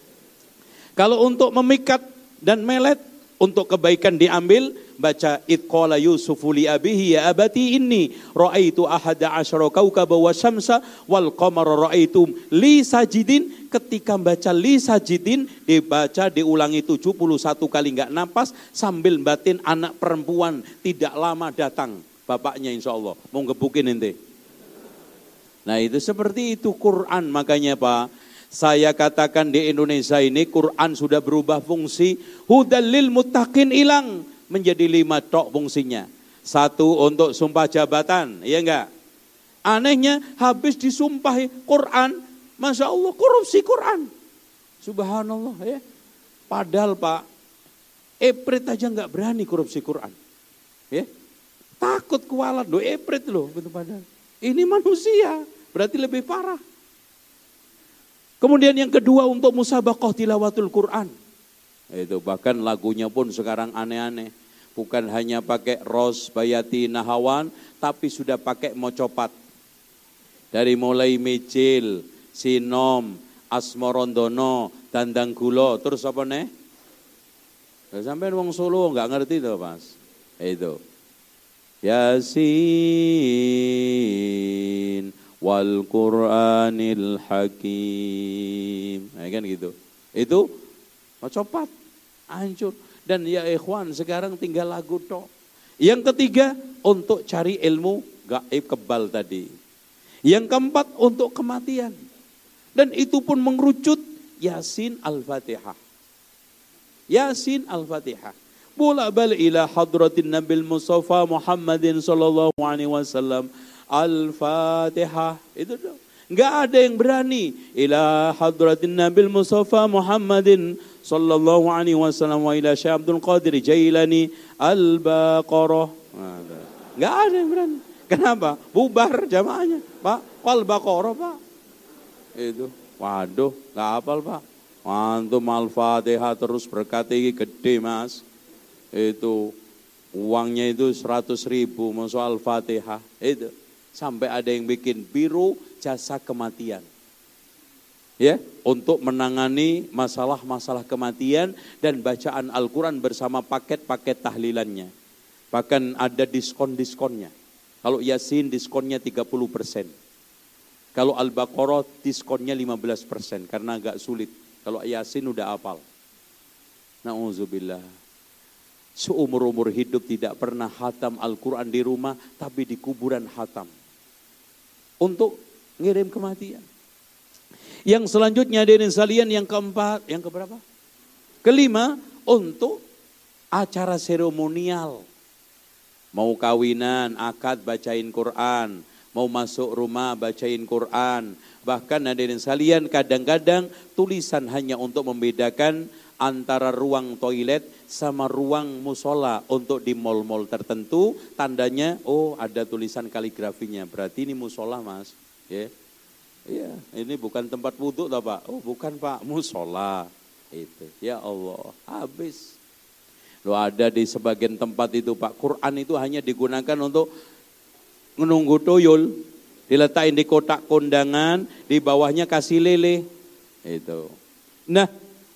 Kalau untuk memikat dan melet, untuk kebaikan diambil, baca idqala yusufu li abihi ya abati inni ra'aitu ahada asyara kaukaba wa syamsa wal qamara ra'aitu li sajidin. Ketika baca li sajidin, dibaca diulangi 71 kali enggak napas sambil batin anak perempuan tidak lama datang. Bapaknya insya Allah mau ngebukin ente. Nah itu seperti itu Quran. Makanya Pak, saya katakan di Indonesia ini Quran sudah berubah fungsi. Hudal lil muttaqin hilang menjadi 5 tok fungsinya. 1 untuk sumpah jabatan, iya enggak? Anehnya habis disumpahi Quran, Masya Allah korupsi Quran. Subhanallah ya. Padahal Pak, Eprit aja enggak berani korupsi Quran. Ya. Takut kualat loh, Eprit loh. Padahal ini manusia, berarti lebih parah. Kemudian yang kedua untuk musabaqah tilawatul Quran. Itu bahkan lagunya pun sekarang aneh-aneh. Bukan hanya pakai ros, bayati, nahawan, tapi sudah pakai mocopat. Dari mulai mejil, sinom, asmorondono, dandang gulo, terus apa nih? Sampai wong Solo nggak ngerti tuh Mas. Itu. Yasin wal Qur'anil Hakim. Nah, kan gitu. Itu mocopat, hancur. Dan ya ikhwan, sekarang tinggal lagu tok. Yang ketiga, untuk cari ilmu gaib kebal tadi. Yang keempat, untuk kematian. Dan itu pun mengerucut Yasin Al-Fatihah. Yasin Al-Fatihah. Bola balik ila hadratin Nabil Mustafa Muhammadin sallallahu alaihi wasallam. Al-Fatihah. Itu dong. Enggak ada yang berani ila hadratin Nabil Mustafa Muhammadin sallallahu alaihi wasallam wa ila Syekh Abdul Qadir Jailani Al-Baqarah. Enggak ada yang berani. Kenapa? Bubar jamaahnya, Pak. Al-Baqarah, Pak. Itu. Waduh, enggak hafal, Pak. Antum Al-Fatihah terus berkati gede, Mas. Itu uangnya itu 100.000 masuk Al-Fatihah. Itu. Sampai ada yang bikin biro jasa kematian. Ya, untuk menangani masalah-masalah kematian dan bacaan Al-Quran bersama paket-paket tahlilannya. Bahkan ada diskon-diskonnya. Kalau Yasin diskonnya 30%. Kalau Al-Baqarah diskonnya 15% karena agak sulit. Kalau Yasin udah hafal. Na'udzubillah. Seumur-umur hidup tidak pernah hatam Al-Quran di rumah, tapi di kuburan hatam. Untuk ngirim kematian. Yang selanjutnya hadirin sekalian, yang keempat, yang keberapa? Kelima, untuk acara seremonial. Mau kawinan, akad bacain Quran, mau masuk rumah bacain Quran. Bahkan hadirin sekalian, kadang-kadang tulisan hanya untuk membedakan antara ruang toilet sama ruang musola untuk di mal-mal tertentu. Tandanya, oh ada tulisan kaligrafinya, berarti ini musola Mas. Ya. Iya, ini bukan tempat wudhu toh Pak. Oh bukan Pak, musola. Itu, ya Allah, habis. Loh ada di sebagian tempat itu Pak, Quran itu hanya digunakan untuk menunggu tuyul. Diletakin di kotak kondangan, di bawahnya kasih lele. Itu. Nah,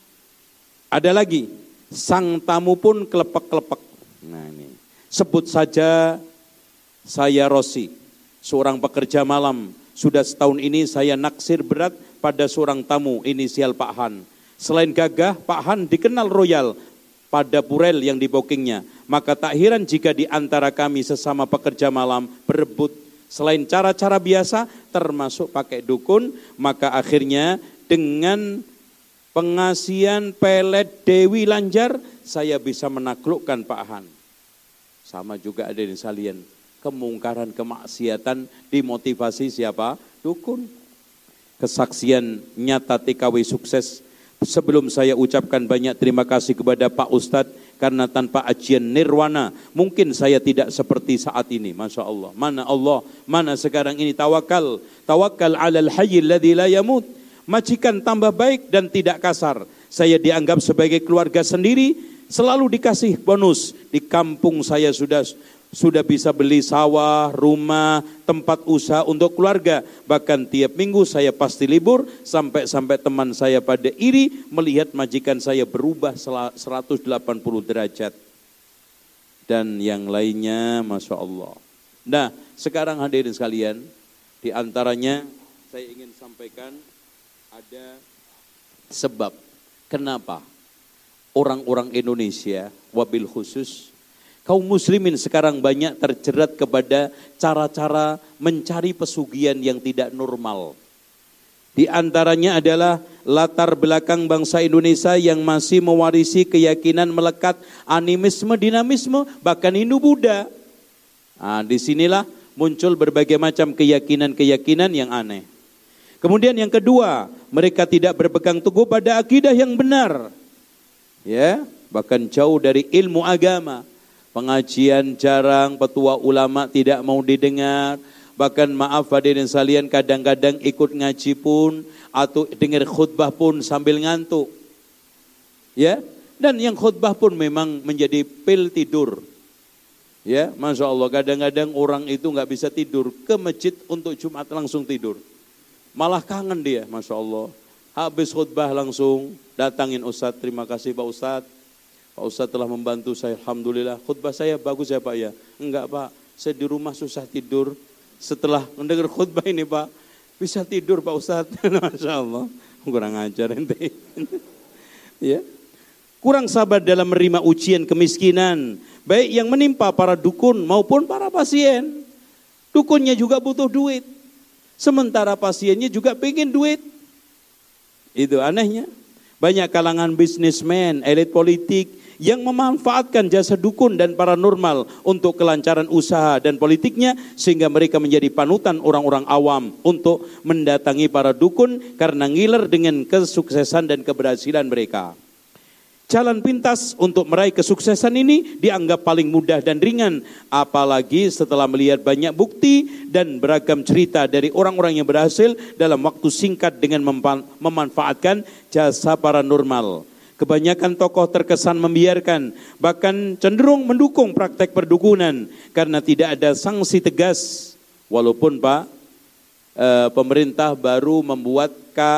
ada lagi, sang tamu pun kelepek-kelepek. Nah ini, sebut saja saya Rosi, seorang pekerja malam. Sudah setahun ini saya naksir berat pada seorang tamu inisial Pak Han. Selain gagah, Pak Han dikenal royal pada purel yang dibokingnya. Maka tak heran jika di antara kami sesama pekerja malam berebut. Selain cara-cara biasa termasuk pakai dukun, maka akhirnya dengan pengasihan pelet Dewi Lanjar, saya bisa menaklukkan Pak Han. Sama juga ada di salian. Kemungkaran, kemaksiatan dimotivasi siapa? Dukun. Kesaksian nyata TKW sukses. Sebelum saya ucapkan banyak terima kasih kepada Pak Ustadz, karena tanpa ajian nirwana, mungkin saya tidak seperti saat ini. Masya Allah. Mana Allah, mana sekarang ini tawakal. Tawakal alal hayyil ladzi la yamut. Majikan tambah baik dan tidak kasar. Saya dianggap sebagai keluarga sendiri, selalu dikasih bonus. Di kampung saya sudah bisa beli sawah, rumah, tempat usaha untuk keluarga. Bahkan tiap minggu saya pasti libur, sampai teman saya pada iri melihat majikan saya berubah 180 derajat. Dan yang lainnya, Masya Allah. Nah, sekarang hadirin sekalian, di antaranya saya ingin sampaikan ada sebab kenapa orang-orang Indonesia, wabil khusus, kaum muslimin sekarang banyak terjerat kepada cara-cara mencari pesugihan yang tidak normal. Di antaranya adalah latar belakang bangsa Indonesia yang masih mewarisi keyakinan melekat animisme, dinamisme, bahkan Hindu-Buddha. Nah, disinilah muncul berbagai macam keyakinan-keyakinan yang aneh. Kemudian yang kedua, mereka tidak berpegang teguh pada akidah yang benar. Ya, bahkan jauh dari ilmu agama. Pengajian jarang, petua ulama tidak mau didengar. Bahkan maaf hadirin sekalian, kadang-kadang ikut ngaji pun atau dengar khutbah pun sambil ngantuk. Ya, dan yang khutbah pun memang menjadi pil tidur. Ya, Masya Allah, kadang-kadang orang itu nggak bisa tidur ke masjid untuk Jumat langsung tidur. Malah kangen dia, Masya Allah. Habis khutbah langsung datangin Ustadz, terima kasih Pak Ustadz. Pak Ustadz telah membantu saya, Alhamdulillah. Khutbah saya bagus ya Pak ya? Enggak Pak, saya di rumah susah tidur. Setelah mendengar khutbah ini Pak, bisa tidur Pak Ustadz. Masya Allah, kurang ajar ente. Ya. Kurang sabar dalam menerima ujian kemiskinan, baik yang menimpa para dukun maupun para pasien. Dukunnya juga butuh duit, sementara pasiennya juga pengen duit. Itu anehnya. Banyak kalangan bisnismen, elit politik yang memanfaatkan jasa dukun dan paranormal untuk kelancaran usaha dan politiknya, sehingga mereka menjadi panutan orang-orang awam untuk mendatangi para dukun karena ngiler dengan kesuksesan dan keberhasilan mereka. Jalan pintas untuk meraih kesuksesan ini dianggap paling mudah dan ringan, apalagi setelah melihat banyak bukti dan beragam cerita dari orang-orang yang berhasil dalam waktu singkat dengan memanfaatkan jasa paranormal. Kebanyakan tokoh terkesan membiarkan, bahkan cenderung mendukung praktek perdukunan karena tidak ada sanksi tegas. Walaupun pemerintah baru membuat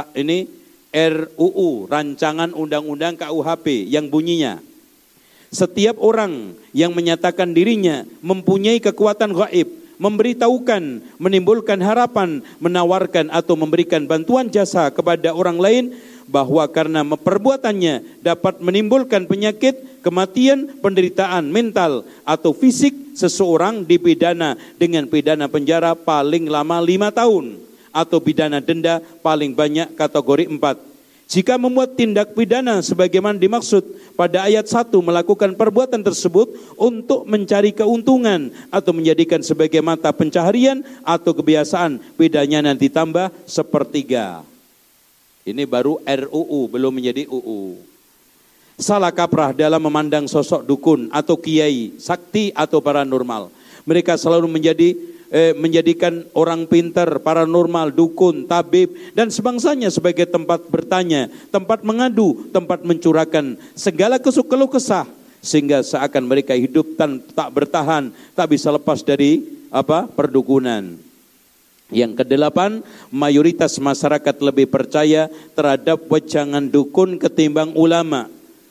RUU, Rancangan Undang-Undang KUHP, yang bunyinya setiap orang yang menyatakan dirinya mempunyai kekuatan gaib, memberitahukan, menimbulkan harapan, menawarkan atau memberikan bantuan jasa kepada orang lain, bahwa karena perbuatannya dapat menimbulkan penyakit, kematian, penderitaan mental atau fisik, seseorang dipidana dengan pidana penjara paling lama 5 tahun. Atau pidana denda paling banyak kategori 4. Jika membuat tindak pidana sebagaimana dimaksud pada ayat 1 melakukan perbuatan tersebut untuk mencari keuntungan atau menjadikan sebagai mata pencaharian atau kebiasaan, pidanya nanti tambah 1/3. Ini baru RUU, belum menjadi UU. Salah kaprah dalam memandang sosok dukun atau kiai, sakti atau paranormal. Mereka selalu menjadikan orang pintar, paranormal, dukun, tabib, dan sebangsanya sebagai tempat bertanya, tempat mengadu, tempat mencurahkan segala keluh kesah, sehingga seakan mereka hidup tak bertahan, tak bisa lepas dari perdukunan. Yang ke-8, mayoritas masyarakat lebih percaya terhadap wejangan dukun ketimbang ulama.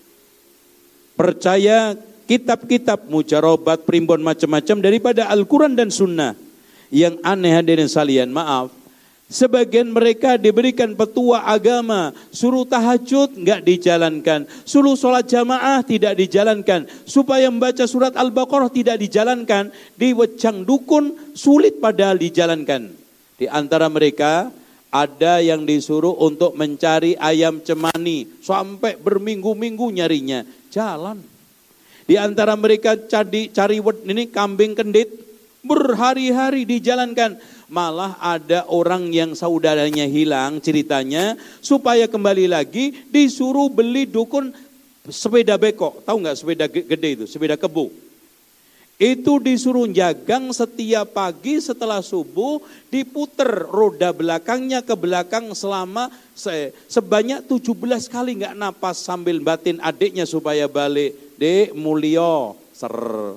Percaya kitab-kitab mujarobat, primbon macam-macam daripada Al-Quran dan Sunnah. Yang aneh hadirin sekalian, maaf, sebagian mereka diberikan petua agama, suruh tahajud nggak dijalankan, suruh sholat jamaah tidak dijalankan, supaya membaca surat Al-Baqarah tidak dijalankan, di wejang dukun sulit padahal dijalankan. Di antara mereka ada yang disuruh untuk mencari ayam cemani, sampai berminggu-minggu nyarinya, jalan. Di antara mereka cari kambing kendit, berhari-hari dijalankan. Malah ada orang yang saudaranya hilang ceritanya, supaya kembali lagi disuruh beli dukun sepeda beko. Tahu nggak sepeda gede itu, sepeda kebo. Itu disuruh jagang setiap pagi setelah subuh, diputer roda belakangnya ke belakang selama sebanyak 17 kali nggak napas, sambil batin adiknya supaya balik. Dek mulio, ser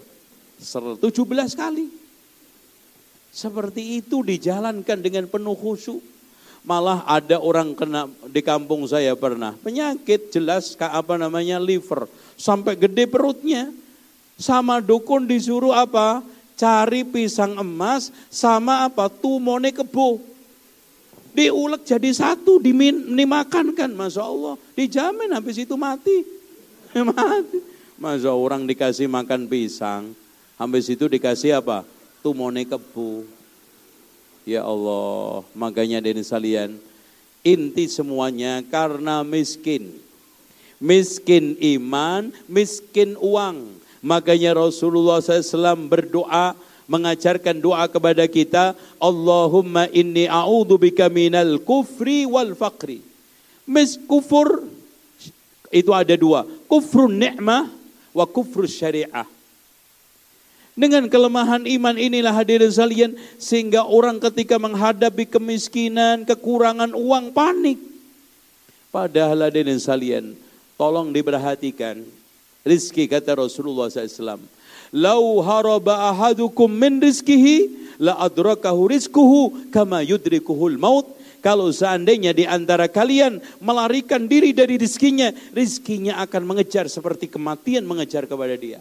17 kali. Seperti itu dijalankan dengan penuh khusyuk. Malah ada orang kena di kampung saya pernah, penyakit jelas liver, sampai gede perutnya. Sama dukun disuruh cari pisang emas sama tumone kebo. Diulek jadi satu, dimakan kan, Masya Allah. Dijamin habis itu mati. Mati. Masa orang dikasih makan pisang, habis itu dikasih tumone kebo. Ya Allah, makanya dari sekalian, inti semuanya karena miskin. Miskin iman, miskin uang. Makanya Rasulullah SAW berdoa, mengajarkan doa kepada kita, Allahumma inni a'udzubika minal kufri wal faqri. Kufur itu ada 2, kufrun ni'mah wa kufrus syariah. Dengan kelemahan iman inilah hadirin sekalian, sehingga orang ketika menghadapi kemiskinan, kekurangan uang, panik. Padahal hadirin sekalian, tolong diperhatikan. Rizki kata Rasulullah SAW, Lau haraba ahadukum min rizkihi la adrakahu rizkuhu kama yudrikuhul maut. Kalau seandainya di antara kalian melarikan diri dari rizkinya, rizkinya akan mengejar seperti kematian mengejar kepada dia.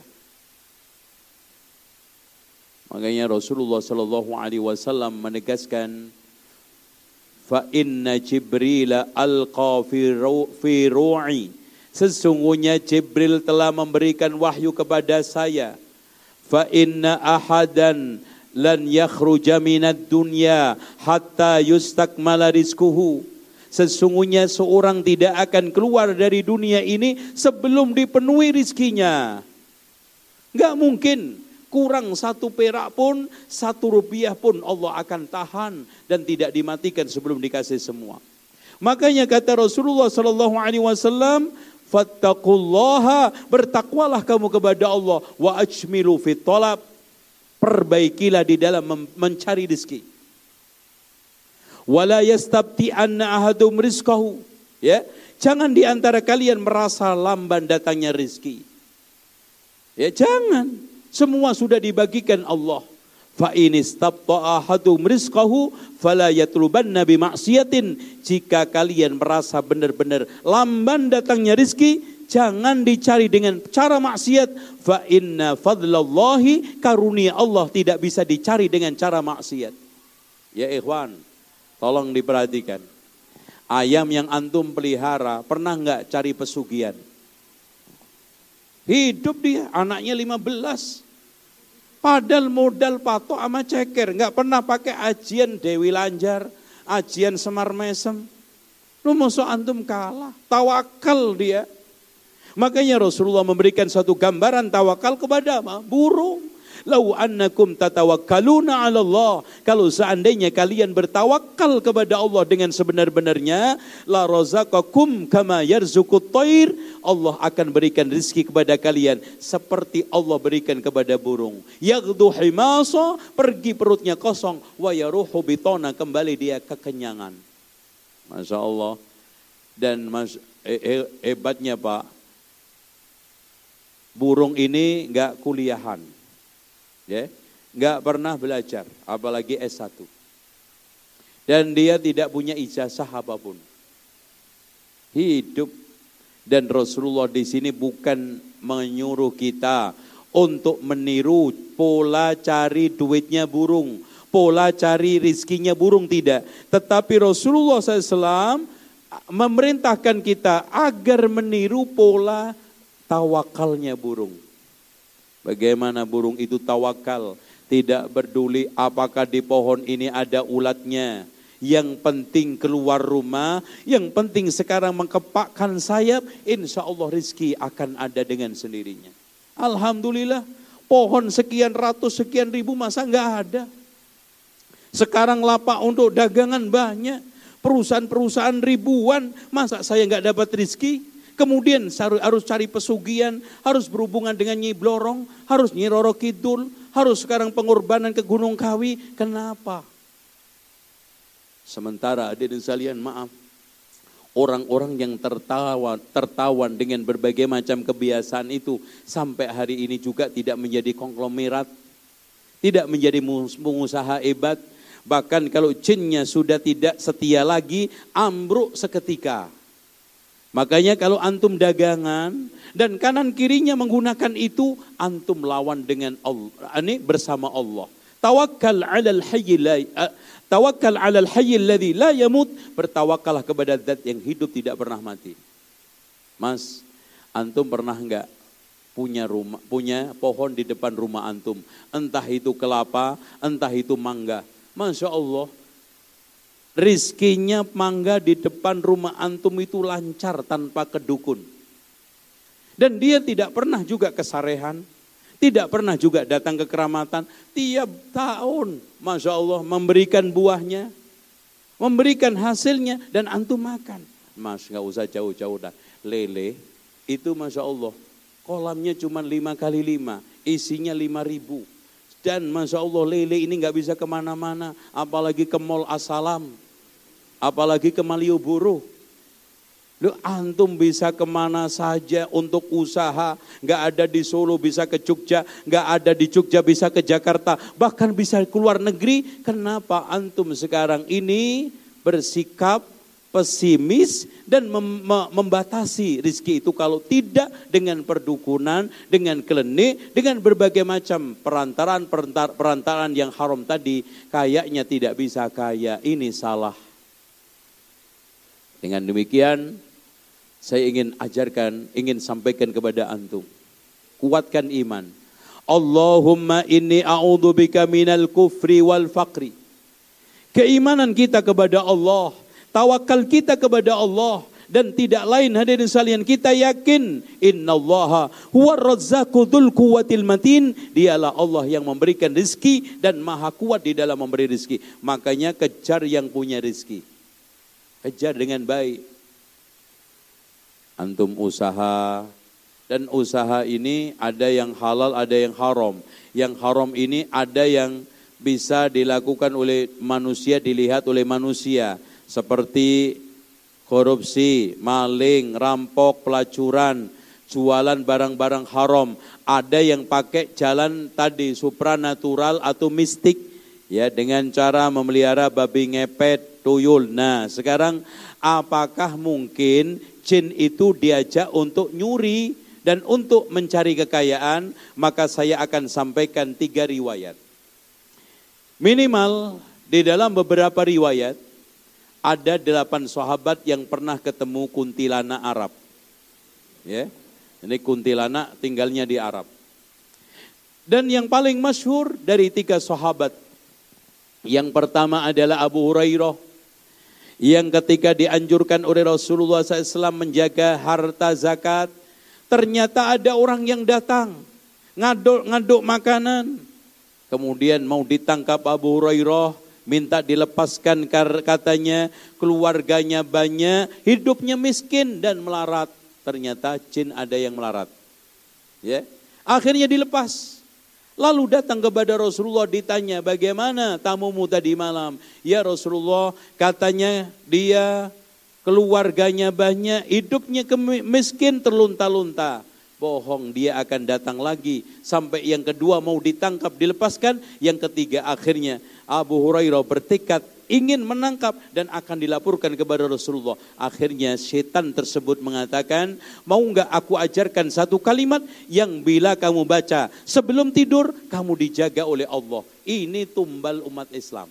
Makanya Rasulullah Shallallahu Alaihi Wasallam menegaskan, fa inna Jibril alqa fi ru'i. Sesungguhnya Jibril telah memberikan wahyu kepada saya. Fa inna ahadan lan yakhruja minad dunya hatta yustakmala rizquhu. Sesungguhnya seorang tidak akan keluar dari dunia ini sebelum dipenuhi rizkinya. Enggak mungkin kurang 1 perak pun, 1 rupiah pun Allah akan tahan dan tidak dimatikan sebelum dikasih semua. Makanya kata Rasulullah sallallahu alaihi wasallam, fattaqullaha, bertakwalah kamu kepada Allah, wa ajmilu fit talab, perbaikilah di dalam mencari rezeki. Wala yastabti'anna ahadum rizqahu, ya. Jangan di antara kalian merasa lamban datangnya rezeki. Ya, jangan. Semua sudah dibagikan Allah. Fa in istabta'a ahadum rizqahu fala yatlubanna bi ma'siyatin. Jika kalian merasa benar-benar lamban datangnya rezeki, jangan dicari dengan cara maksiat. Fa inna fadlallahi, karunia Allah tidak bisa dicari dengan cara maksiat. Ya ikhwan, tolong diperhatikan. Ayam yang antum pelihara, pernah enggak cari pesugihan? Hidup dia, anaknya 15. Padahal modal patok sama ceker, enggak pernah pakai ajian Dewi Lanjar, ajian Semar Mesem. Lu masa antum kalah? Tawakal dia. Makanya Rasulullah memberikan satu gambaran tawakal kepada burung. Lau annakum tatawakkaluna 'ala Allah. Kalau seandainya kalian bertawakal kepada Allah dengan sebenar-benarnya, la razaqakum kama yarzuqut thair. Allah akan berikan rezeki kepada kalian seperti Allah berikan kepada burung. Yaghdu himasa, pergi perutnya kosong, wa yaruhu bitona, kembali dia kekenyangan. Masya Allah. Dan hebatnya Pak, burung ini enggak kuliahan. Ya, enggak pernah belajar, apalagi S1. Dan dia tidak punya ijazah apapun. Hidup. Dan Rasulullah di sini bukan menyuruh kita untuk meniru pola cari duitnya burung, pola cari rizkinya burung, tidak. Tetapi Rasulullah SAW memerintahkan kita agar meniru pola tawakalnya burung. Bagaimana burung itu tawakal, tidak peduli apakah di pohon ini ada ulatnya. Yang penting keluar rumah, yang penting sekarang mengepakkan sayap, insya Allah rizki akan ada dengan sendirinya. Alhamdulillah, pohon sekian ratus, sekian ribu masa enggak ada. Sekarang lapak untuk dagangan banyak, perusahaan-perusahaan ribuan, masa saya enggak dapat rizki? Kemudian harus cari pesugihan, harus berhubungan dengan Nyi Blorong, harus Nyi Roro Kidul, harus sekarang pengorbanan ke Gunung Kawi. Kenapa? Sementara hadirin sekalian, maaf, orang-orang yang tertawan dengan berbagai macam kebiasaan itu sampai hari ini juga tidak menjadi konglomerat, tidak menjadi pengusaha hebat. Bahkan kalau jinnya sudah tidak setia lagi, ambruk seketika. Makanya kalau antum dagangan dan kanan kirinya menggunakan itu, antum lawan dengan Allah, ini bersama Allah. Tawakkal 'alal hayyil ladzi la yamut, bertawakallah kepada zat yang hidup tidak pernah mati. Mas, antum pernah enggak punya pohon di depan rumah antum, entah itu kelapa, entah itu mangga. Masya Allah, rizkinya mangga di depan rumah antum itu lancar tanpa kedukun. Dan dia tidak pernah juga kesarehan, tidak pernah juga datang ke keramatan. Tiap tahun, Masya Allah, memberikan buahnya, memberikan hasilnya, dan antum makan. Mas, gak usah jauh-jauh dah. Lele, itu Masya Allah, kolamnya cuma 5x5, isinya 5.000. Dan Masya Allah, lele ini gak bisa kemana-mana, apalagi ke Mall As-Salam, apalagi ke Malioboro. Loh, antum bisa kemana saja untuk usaha, nggak ada di Solo bisa ke Jogja, nggak ada di Jogja bisa ke Jakarta, bahkan bisa keluar negeri. Kenapa antum sekarang ini bersikap pesimis dan membatasi rizki itu? Kalau tidak dengan perdukunan, dengan klenik, dengan berbagai macam perantaraan yang haram tadi, kayaknya tidak bisa kaya. Ini salah. Dengan demikian, saya ingin ajarkan, ingin sampaikan kepada antum, kuatkan iman. Allahumma inni a'udzubika minal kufri wal faqri. Keimanan kita kepada Allah, tawakal kita kepada Allah, dan tidak lain hadirin sekalian, kita yakin innallaha huwar razzaqu dzul quwwatil matin. Dialah Allah yang memberikan rezeki dan maha kuat di dalam memberi rezeki. Makanya kejar yang punya rezeki. Kejar dengan baik. Antum usaha, dan usaha ini ada yang halal, ada yang haram. Yang haram ini ada yang bisa dilakukan oleh manusia, dilihat oleh manusia. Seperti korupsi, maling, rampok, pelacuran, jualan barang-barang haram. Ada yang pakai jalan tadi supranatural atau mistik, ya, dengan cara memelihara babi ngepet, tuyul. Nah, sekarang apakah mungkin jin itu diajak untuk nyuri dan untuk mencari kekayaan? Maka saya akan sampaikan 3 riwayat. Minimal di dalam beberapa riwayat ada 8 sahabat yang pernah ketemu kuntilanak Arab. Ya, ini kuntilanak tinggalnya di Arab. Dan yang paling masyhur dari 3 sahabat. Yang pertama adalah Abu Hurairah, yang ketika dianjurkan oleh Rasulullah SAW menjaga harta zakat, ternyata ada orang yang datang ngaduk makanan, kemudian mau ditangkap Abu Hurairah, minta dilepaskan katanya keluarganya banyak, hidupnya miskin dan melarat. Ternyata jin ada yang melarat. Ya, akhirnya dilepas. Lalu datang kepada Rasulullah, ditanya, bagaimana tamumu tadi malam? Ya Rasulullah, katanya dia keluarganya banyak, hidupnya miskin terlunta-lunta. Bohong, dia akan datang lagi. Sampai yang kedua mau ditangkap, dilepaskan. Yang ketiga akhirnya Abu Hurairah bertekad ingin menangkap dan akan dilaporkan kepada Rasulullah. Akhirnya setan tersebut mengatakan, mau enggak aku ajarkan satu kalimat yang bila kamu baca sebelum tidur, kamu dijaga oleh Allah. Ini tumbal umat Islam.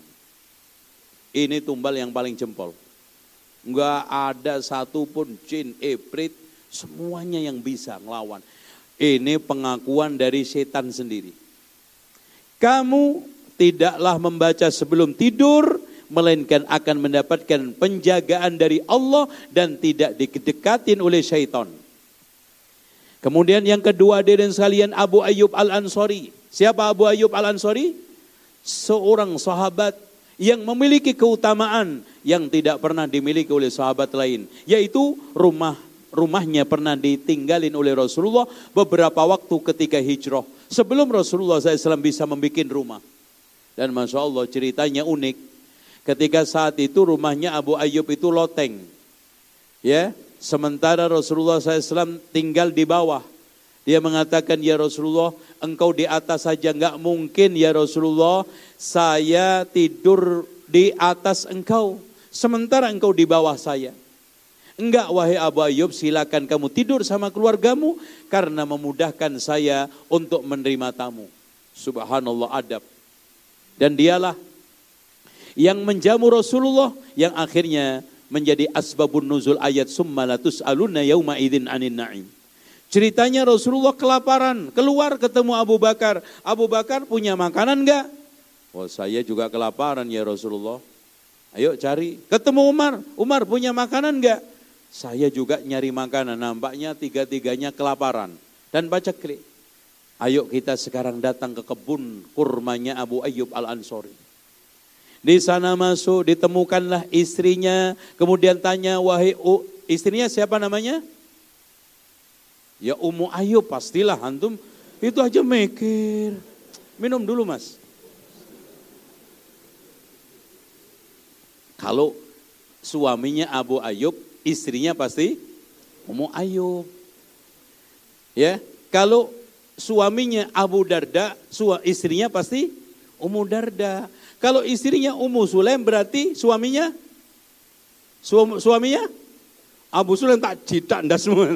Ini tumbal yang paling jempol. Enggak ada satupun jin, ifrit, semuanya yang bisa ngelawan. Ini pengakuan dari setan sendiri. Kamu tidaklah membaca sebelum tidur, melainkan akan mendapatkan penjagaan dari Allah dan tidak didekatin oleh syaitan. Kemudian yang kedua hadirin sekalian, Abu Ayyub Al-Ansari. Siapa Abu Ayyub Al-Ansari? Seorang sahabat yang memiliki keutamaan yang tidak pernah dimiliki oleh sahabat lain, yaitu rumahnya pernah ditinggalin oleh Rasulullah beberapa waktu ketika hijrah. Sebelum Rasulullah SAW bisa membuat rumah. Dan Masya Allah ceritanya unik. Ketika saat itu rumahnya Abu Ayyub itu loteng. Ya, sementara Rasulullah SAW tinggal di bawah. Dia mengatakan, ya Rasulullah, engkau di atas saja, enggak mungkin ya Rasulullah saya tidur di atas engkau, sementara engkau di bawah saya. Enggak wahai Abu Ayyub, silakan kamu tidur sama keluargamu karena memudahkan saya untuk menerima tamu. Subhanallah, adab. Dan dialah yang menjamu Rasulullah, yang akhirnya menjadi asbabun nuzul ayat summa la tus'aluna yauma idzin 'anin na'im. Ceritanya Rasulullah kelaparan, keluar ketemu Abu Bakar. Abu Bakar punya makanan enggak? Oh, saya juga kelaparan ya Rasulullah. Ayo cari. Ketemu Umar, Umar punya makanan enggak? Saya juga nyari makanan. Nampaknya tiga-tiganya kelaparan dan paceklik. Ayo kita sekarang datang ke kebun kurmanya Abu Ayyub Al-Ansari. Di sana masuk, ditemukanlah istrinya, kemudian tanya, wahai istrinya siapa namanya? Ya Ummu Ayyub, pastilah antum itu aja mikir. Minum dulu mas. Kalau suaminya Abu Ayyub istrinya pasti Ummu Ayyub. Ya, kalau suaminya Abu Darda, istrinya pasti Ummu Darda. Kalau istrinya Ummu Sulaim berarti suaminya Abu Sulaim tak jidak ndak semua.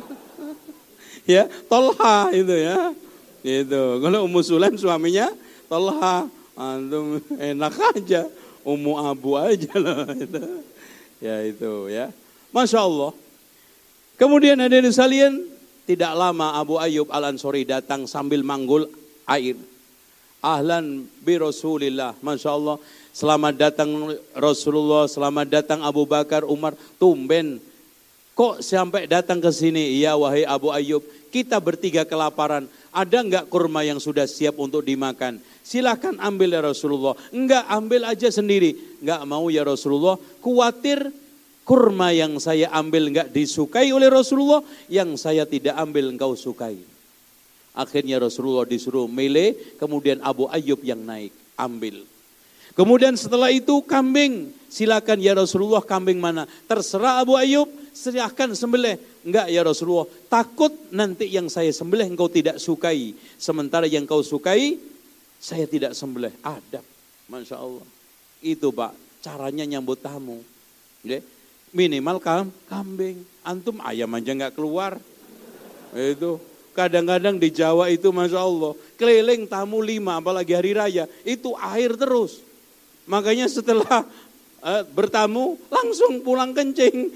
Ya, Tolha itu ya. Itu. Kalau Ummu Sulaim suaminya Tolha, antum enak aja. Ummu Abu aja lah itu. Ya itu ya. Masya Allah. Kemudian hadirin sekalian, tidak lama Abu Ayyub Al-Ansori datang sambil manggul air. Ahlan bi Rasulillah. Masya Allah. Selamat datang Rasulullah, selamat datang Abu Bakar, Umar. Tumben. Kok sampai datang ke sini? Iya wahai Abu Ayyub, kita bertiga kelaparan. Ada enggak kurma yang sudah siap untuk dimakan? Silakan ambil ya Rasulullah. Enggak, ambil aja sendiri. Enggak mau ya Rasulullah. Khawatir kurma yang saya ambil enggak disukai oleh Rasulullah, yang saya tidak ambil engkau sukai. Akhirnya Rasulullah disuruh milih, kemudian Abu Ayyub yang naik, ambil. Kemudian setelah itu kambing, silakan ya Rasulullah, kambing mana? Terserah Abu Ayyub, silakan sembelih. Enggak ya Rasulullah, takut nanti yang saya sembelih engkau tidak sukai. Sementara yang kau sukai, saya tidak sembelih. Adab, Masya Allah. Itu Pak, caranya nyambut tamu. Minimal kambing, antum ayam aja enggak keluar. Itu. Kadang-kadang di Jawa itu Masya Allah, keliling tamu 5, apalagi hari raya, itu air terus. Makanya setelah bertamu, langsung pulang kencing.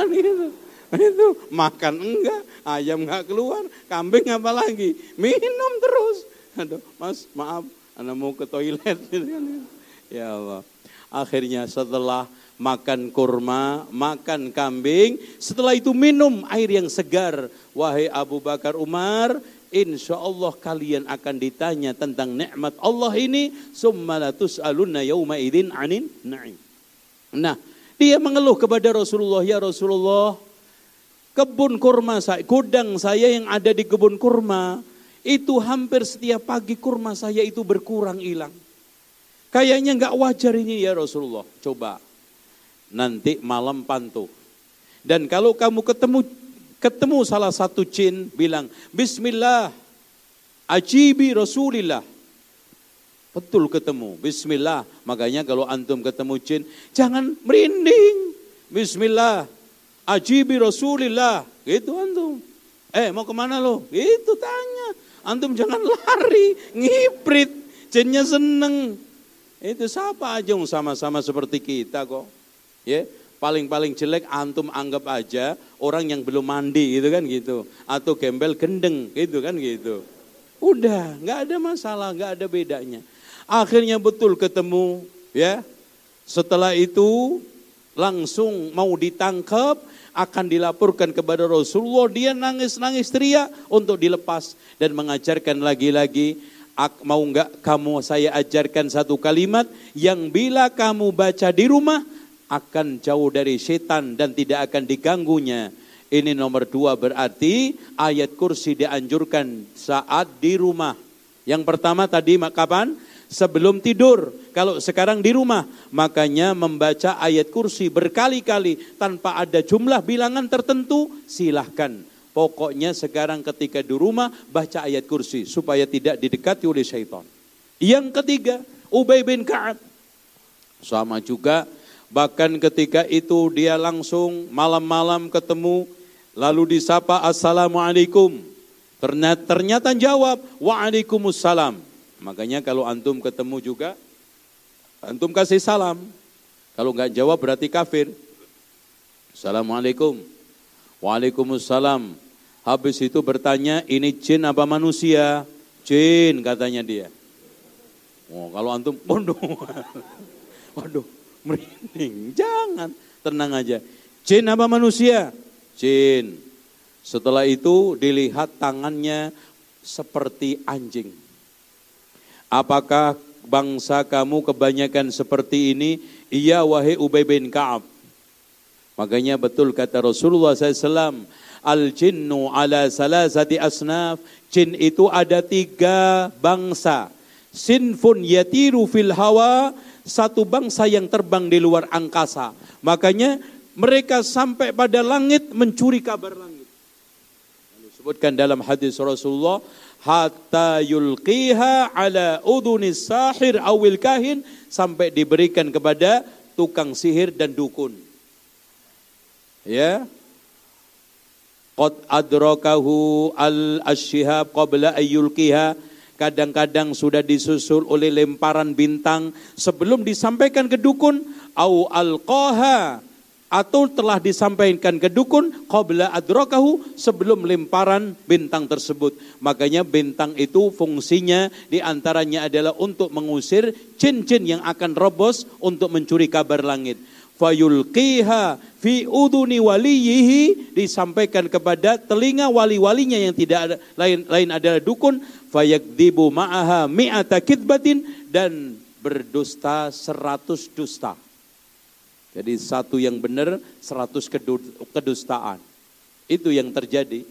Itu makan enggak, ayam enggak keluar, kambing apalagi, minum terus. Aduh, Mas maaf, anak mau ke toilet. Ya Allah. Akhirnya setelah makan kurma, makan kambing, setelah itu minum air yang segar. Wahai Abu Bakar, Umar, insya Allah kalian akan ditanya tentang nikmat Allah ini. Summa la tus'alunna yawma idzin 'anin na'im. Nah, dia mengeluh kepada Rasulullah, ya Rasulullah, kebun kurma saya, gudang saya yang ada di kebun kurma, itu hampir setiap pagi kurma saya itu berkurang, hilang. Kayaknya enggak wajar ini ya Rasulullah. Coba nanti malam pantau. Dan kalau kamu ketemu salah satu jin, bilang Bismillah, ajibi Rasulillah. Betul ketemu, Bismillah. Makanya kalau antum ketemu jin, jangan merinding. Bismillah, ajibi Rasulillah. Gitu antum. Mau kemana lo? Itu tanya. Antum jangan lari, ngiprit. Jinnya seneng. Itu siapa aja sama-sama seperti kita kok. Ya, paling-paling jelek antum anggap aja orang yang belum mandi gitu kan gitu, atau gembel gendeng gitu kan gitu. Udah, nggak ada masalah, nggak ada bedanya. Akhirnya betul ketemu, ya. Setelah itu langsung mau ditangkap, akan dilaporkan kepada Rasulullah. Dia nangis-nangis teriak untuk dilepas dan mengajarkan lagi-lagi. Mau enggak kamu saya ajarkan satu kalimat yang bila kamu baca di rumah akan jauh dari setan dan tidak akan diganggunya. Ini nomor 2, berarti ayat kursi dianjurkan saat di rumah. Yang pertama tadi kapan? Sebelum tidur. Kalau sekarang di rumah, makanya membaca ayat kursi berkali-kali tanpa ada jumlah bilangan tertentu, silahkan. Pokoknya sekarang ketika di rumah baca ayat kursi supaya tidak didekati oleh syaitan. Yang ketiga, Ubay bin Ka'ab. Sama juga, bahkan ketika itu dia langsung malam-malam ketemu, lalu disapa Assalamualaikum. Ternyata jawab Waalaikumsalam. Makanya kalau antum ketemu juga, antum kasih salam. Kalau enggak jawab berarti kafir. Assalamualaikum. Waalaikumsalam. Habis itu bertanya, ini jin apa manusia? Jin katanya dia. Oh, kalau antum, waduh, merinding. Jangan, tenang aja. Jin apa manusia? Jin. Setelah itu dilihat tangannya seperti anjing. Apakah bangsa kamu kebanyakan seperti ini? Iya wahai Ubay bin Ka'ab. Makanya betul kata Rasulullah SAW, al-jinnu ala salasati asnaf. Jin itu ada 3 bangsa. Sinfun yatiru fil hawa, satu bangsa yang terbang di luar angkasa. Makanya mereka sampai pada langit mencuri kabar langit. Disebutkan dalam hadis Rasulullah, hatta yulqiha ala udunis sahir awil kahin, sampai diberikan kepada tukang sihir dan dukun. Ya. Qad adrakahu al-ashihab qabla ayyulqiha. Kadang-kadang sudah disusul oleh lemparan bintang sebelum disampaikan ke dukun, au alqaha, atau telah disampaikan ke dukun qabla adrakahu, sebelum lemparan bintang tersebut. Makanya bintang itu fungsinya diantaranya adalah untuk mengusir jin-jin yang akan robos untuk mencuri kabar langit. Fayulqiha fi uduni waliyihi, disampaikan kepada telinga wali-walinya yang tidak ada, lain adalah dukun. Fayakdzibu ma'aha mi'ata kidbatin, dan berdusta 100 dusta. Jadi satu yang benar, 100 kedustaan. Itu yang terjadi.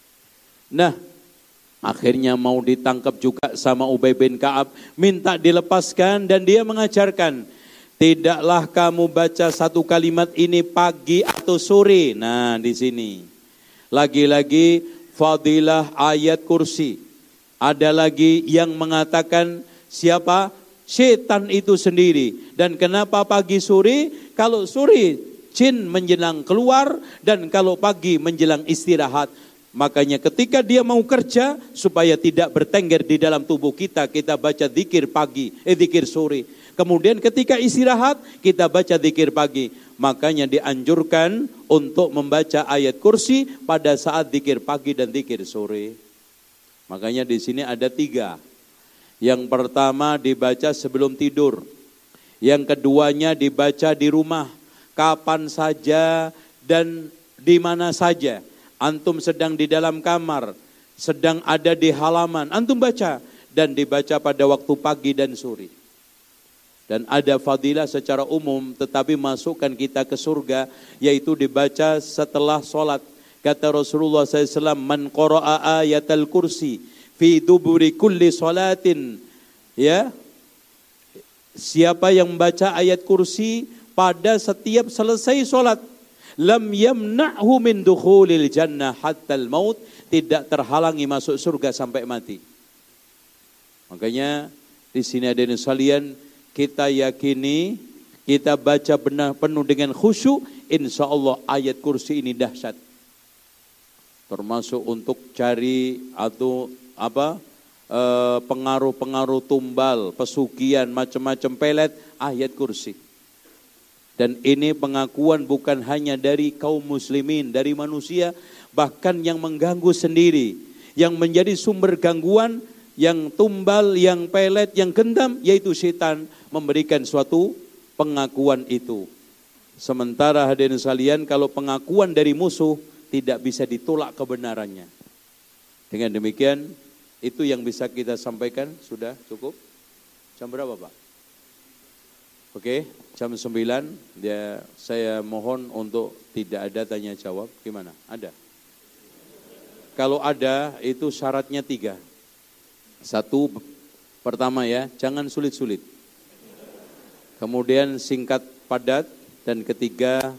Nah, akhirnya mau ditangkap juga sama Ubay bin Ka'ab, minta dilepaskan, dan dia mengajarkan, tidaklah kamu baca satu kalimat ini pagi atau sore. Nah, di sini lagi-lagi fadilah ayat kursi. Ada lagi yang mengatakan siapa? Setan itu sendiri. Dan kenapa pagi sore? Kalau sore jin menjelang keluar, dan kalau pagi menjelang istirahat. Makanya ketika dia mau kerja, supaya tidak bertengger di dalam tubuh kita, kita baca zikir pagi, zikir sore. Kemudian ketika istirahat, kita baca zikir pagi. Makanya dianjurkan untuk membaca ayat kursi pada saat zikir pagi dan zikir sore. Makanya di sini ada 3. Yang pertama dibaca sebelum tidur. Yang keduanya dibaca di rumah, kapan saja dan di mana saja. Antum sedang di dalam kamar, sedang ada di halaman, antum baca. Dan dibaca pada waktu pagi dan sore. Dan ada fadilah secara umum, tetapi masukkan kita ke surga, yaitu dibaca setelah sholat. Kata Rasulullah SAW, man qara'a ayatal kursi fi duburi kulli sholatin. Ya, siapa yang membaca ayat kursi pada setiap selesai sholat, lam yamna'hu min dukhulil jannah hattal maut, tidak terhalangi masuk surga sampai mati. Makanya di sini ada sekalian, kita yakini, kita baca benar penuh dengan khusyuk, insya Allah ayat kursi ini dahsyat. Termasuk untuk cari atau pengaruh-pengaruh tumbal, pesugihan, macam-macam pelet, ayat kursi. Dan ini pengakuan bukan hanya dari kaum muslimin, dari manusia, bahkan yang mengganggu sendiri, yang menjadi sumber gangguan, yang tumbal, yang pelet, yang gendam, yaitu setan memberikan suatu pengakuan itu. Sementara hadirin sekalian, kalau pengakuan dari musuh, tidak bisa ditolak kebenarannya. Dengan demikian, itu yang bisa kita sampaikan. Sudah cukup? Jam berapa Pak? Oke, jam 9. Saya mohon untuk tidak ada tanya jawab. Gimana? Ada? Kalau ada, itu syaratnya 3. 1, pertama ya, jangan sulit-sulit. Kemudian singkat padat. Dan ketiga,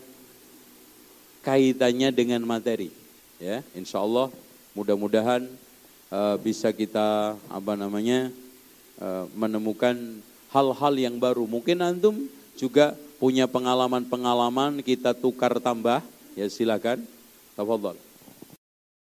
kaitannya dengan materi, ya, insya Allah mudah-mudahan bisa kita menemukan hal-hal yang baru. Mungkin antum juga punya pengalaman-pengalaman, kita tukar tambah, ya silakan, tafadhol.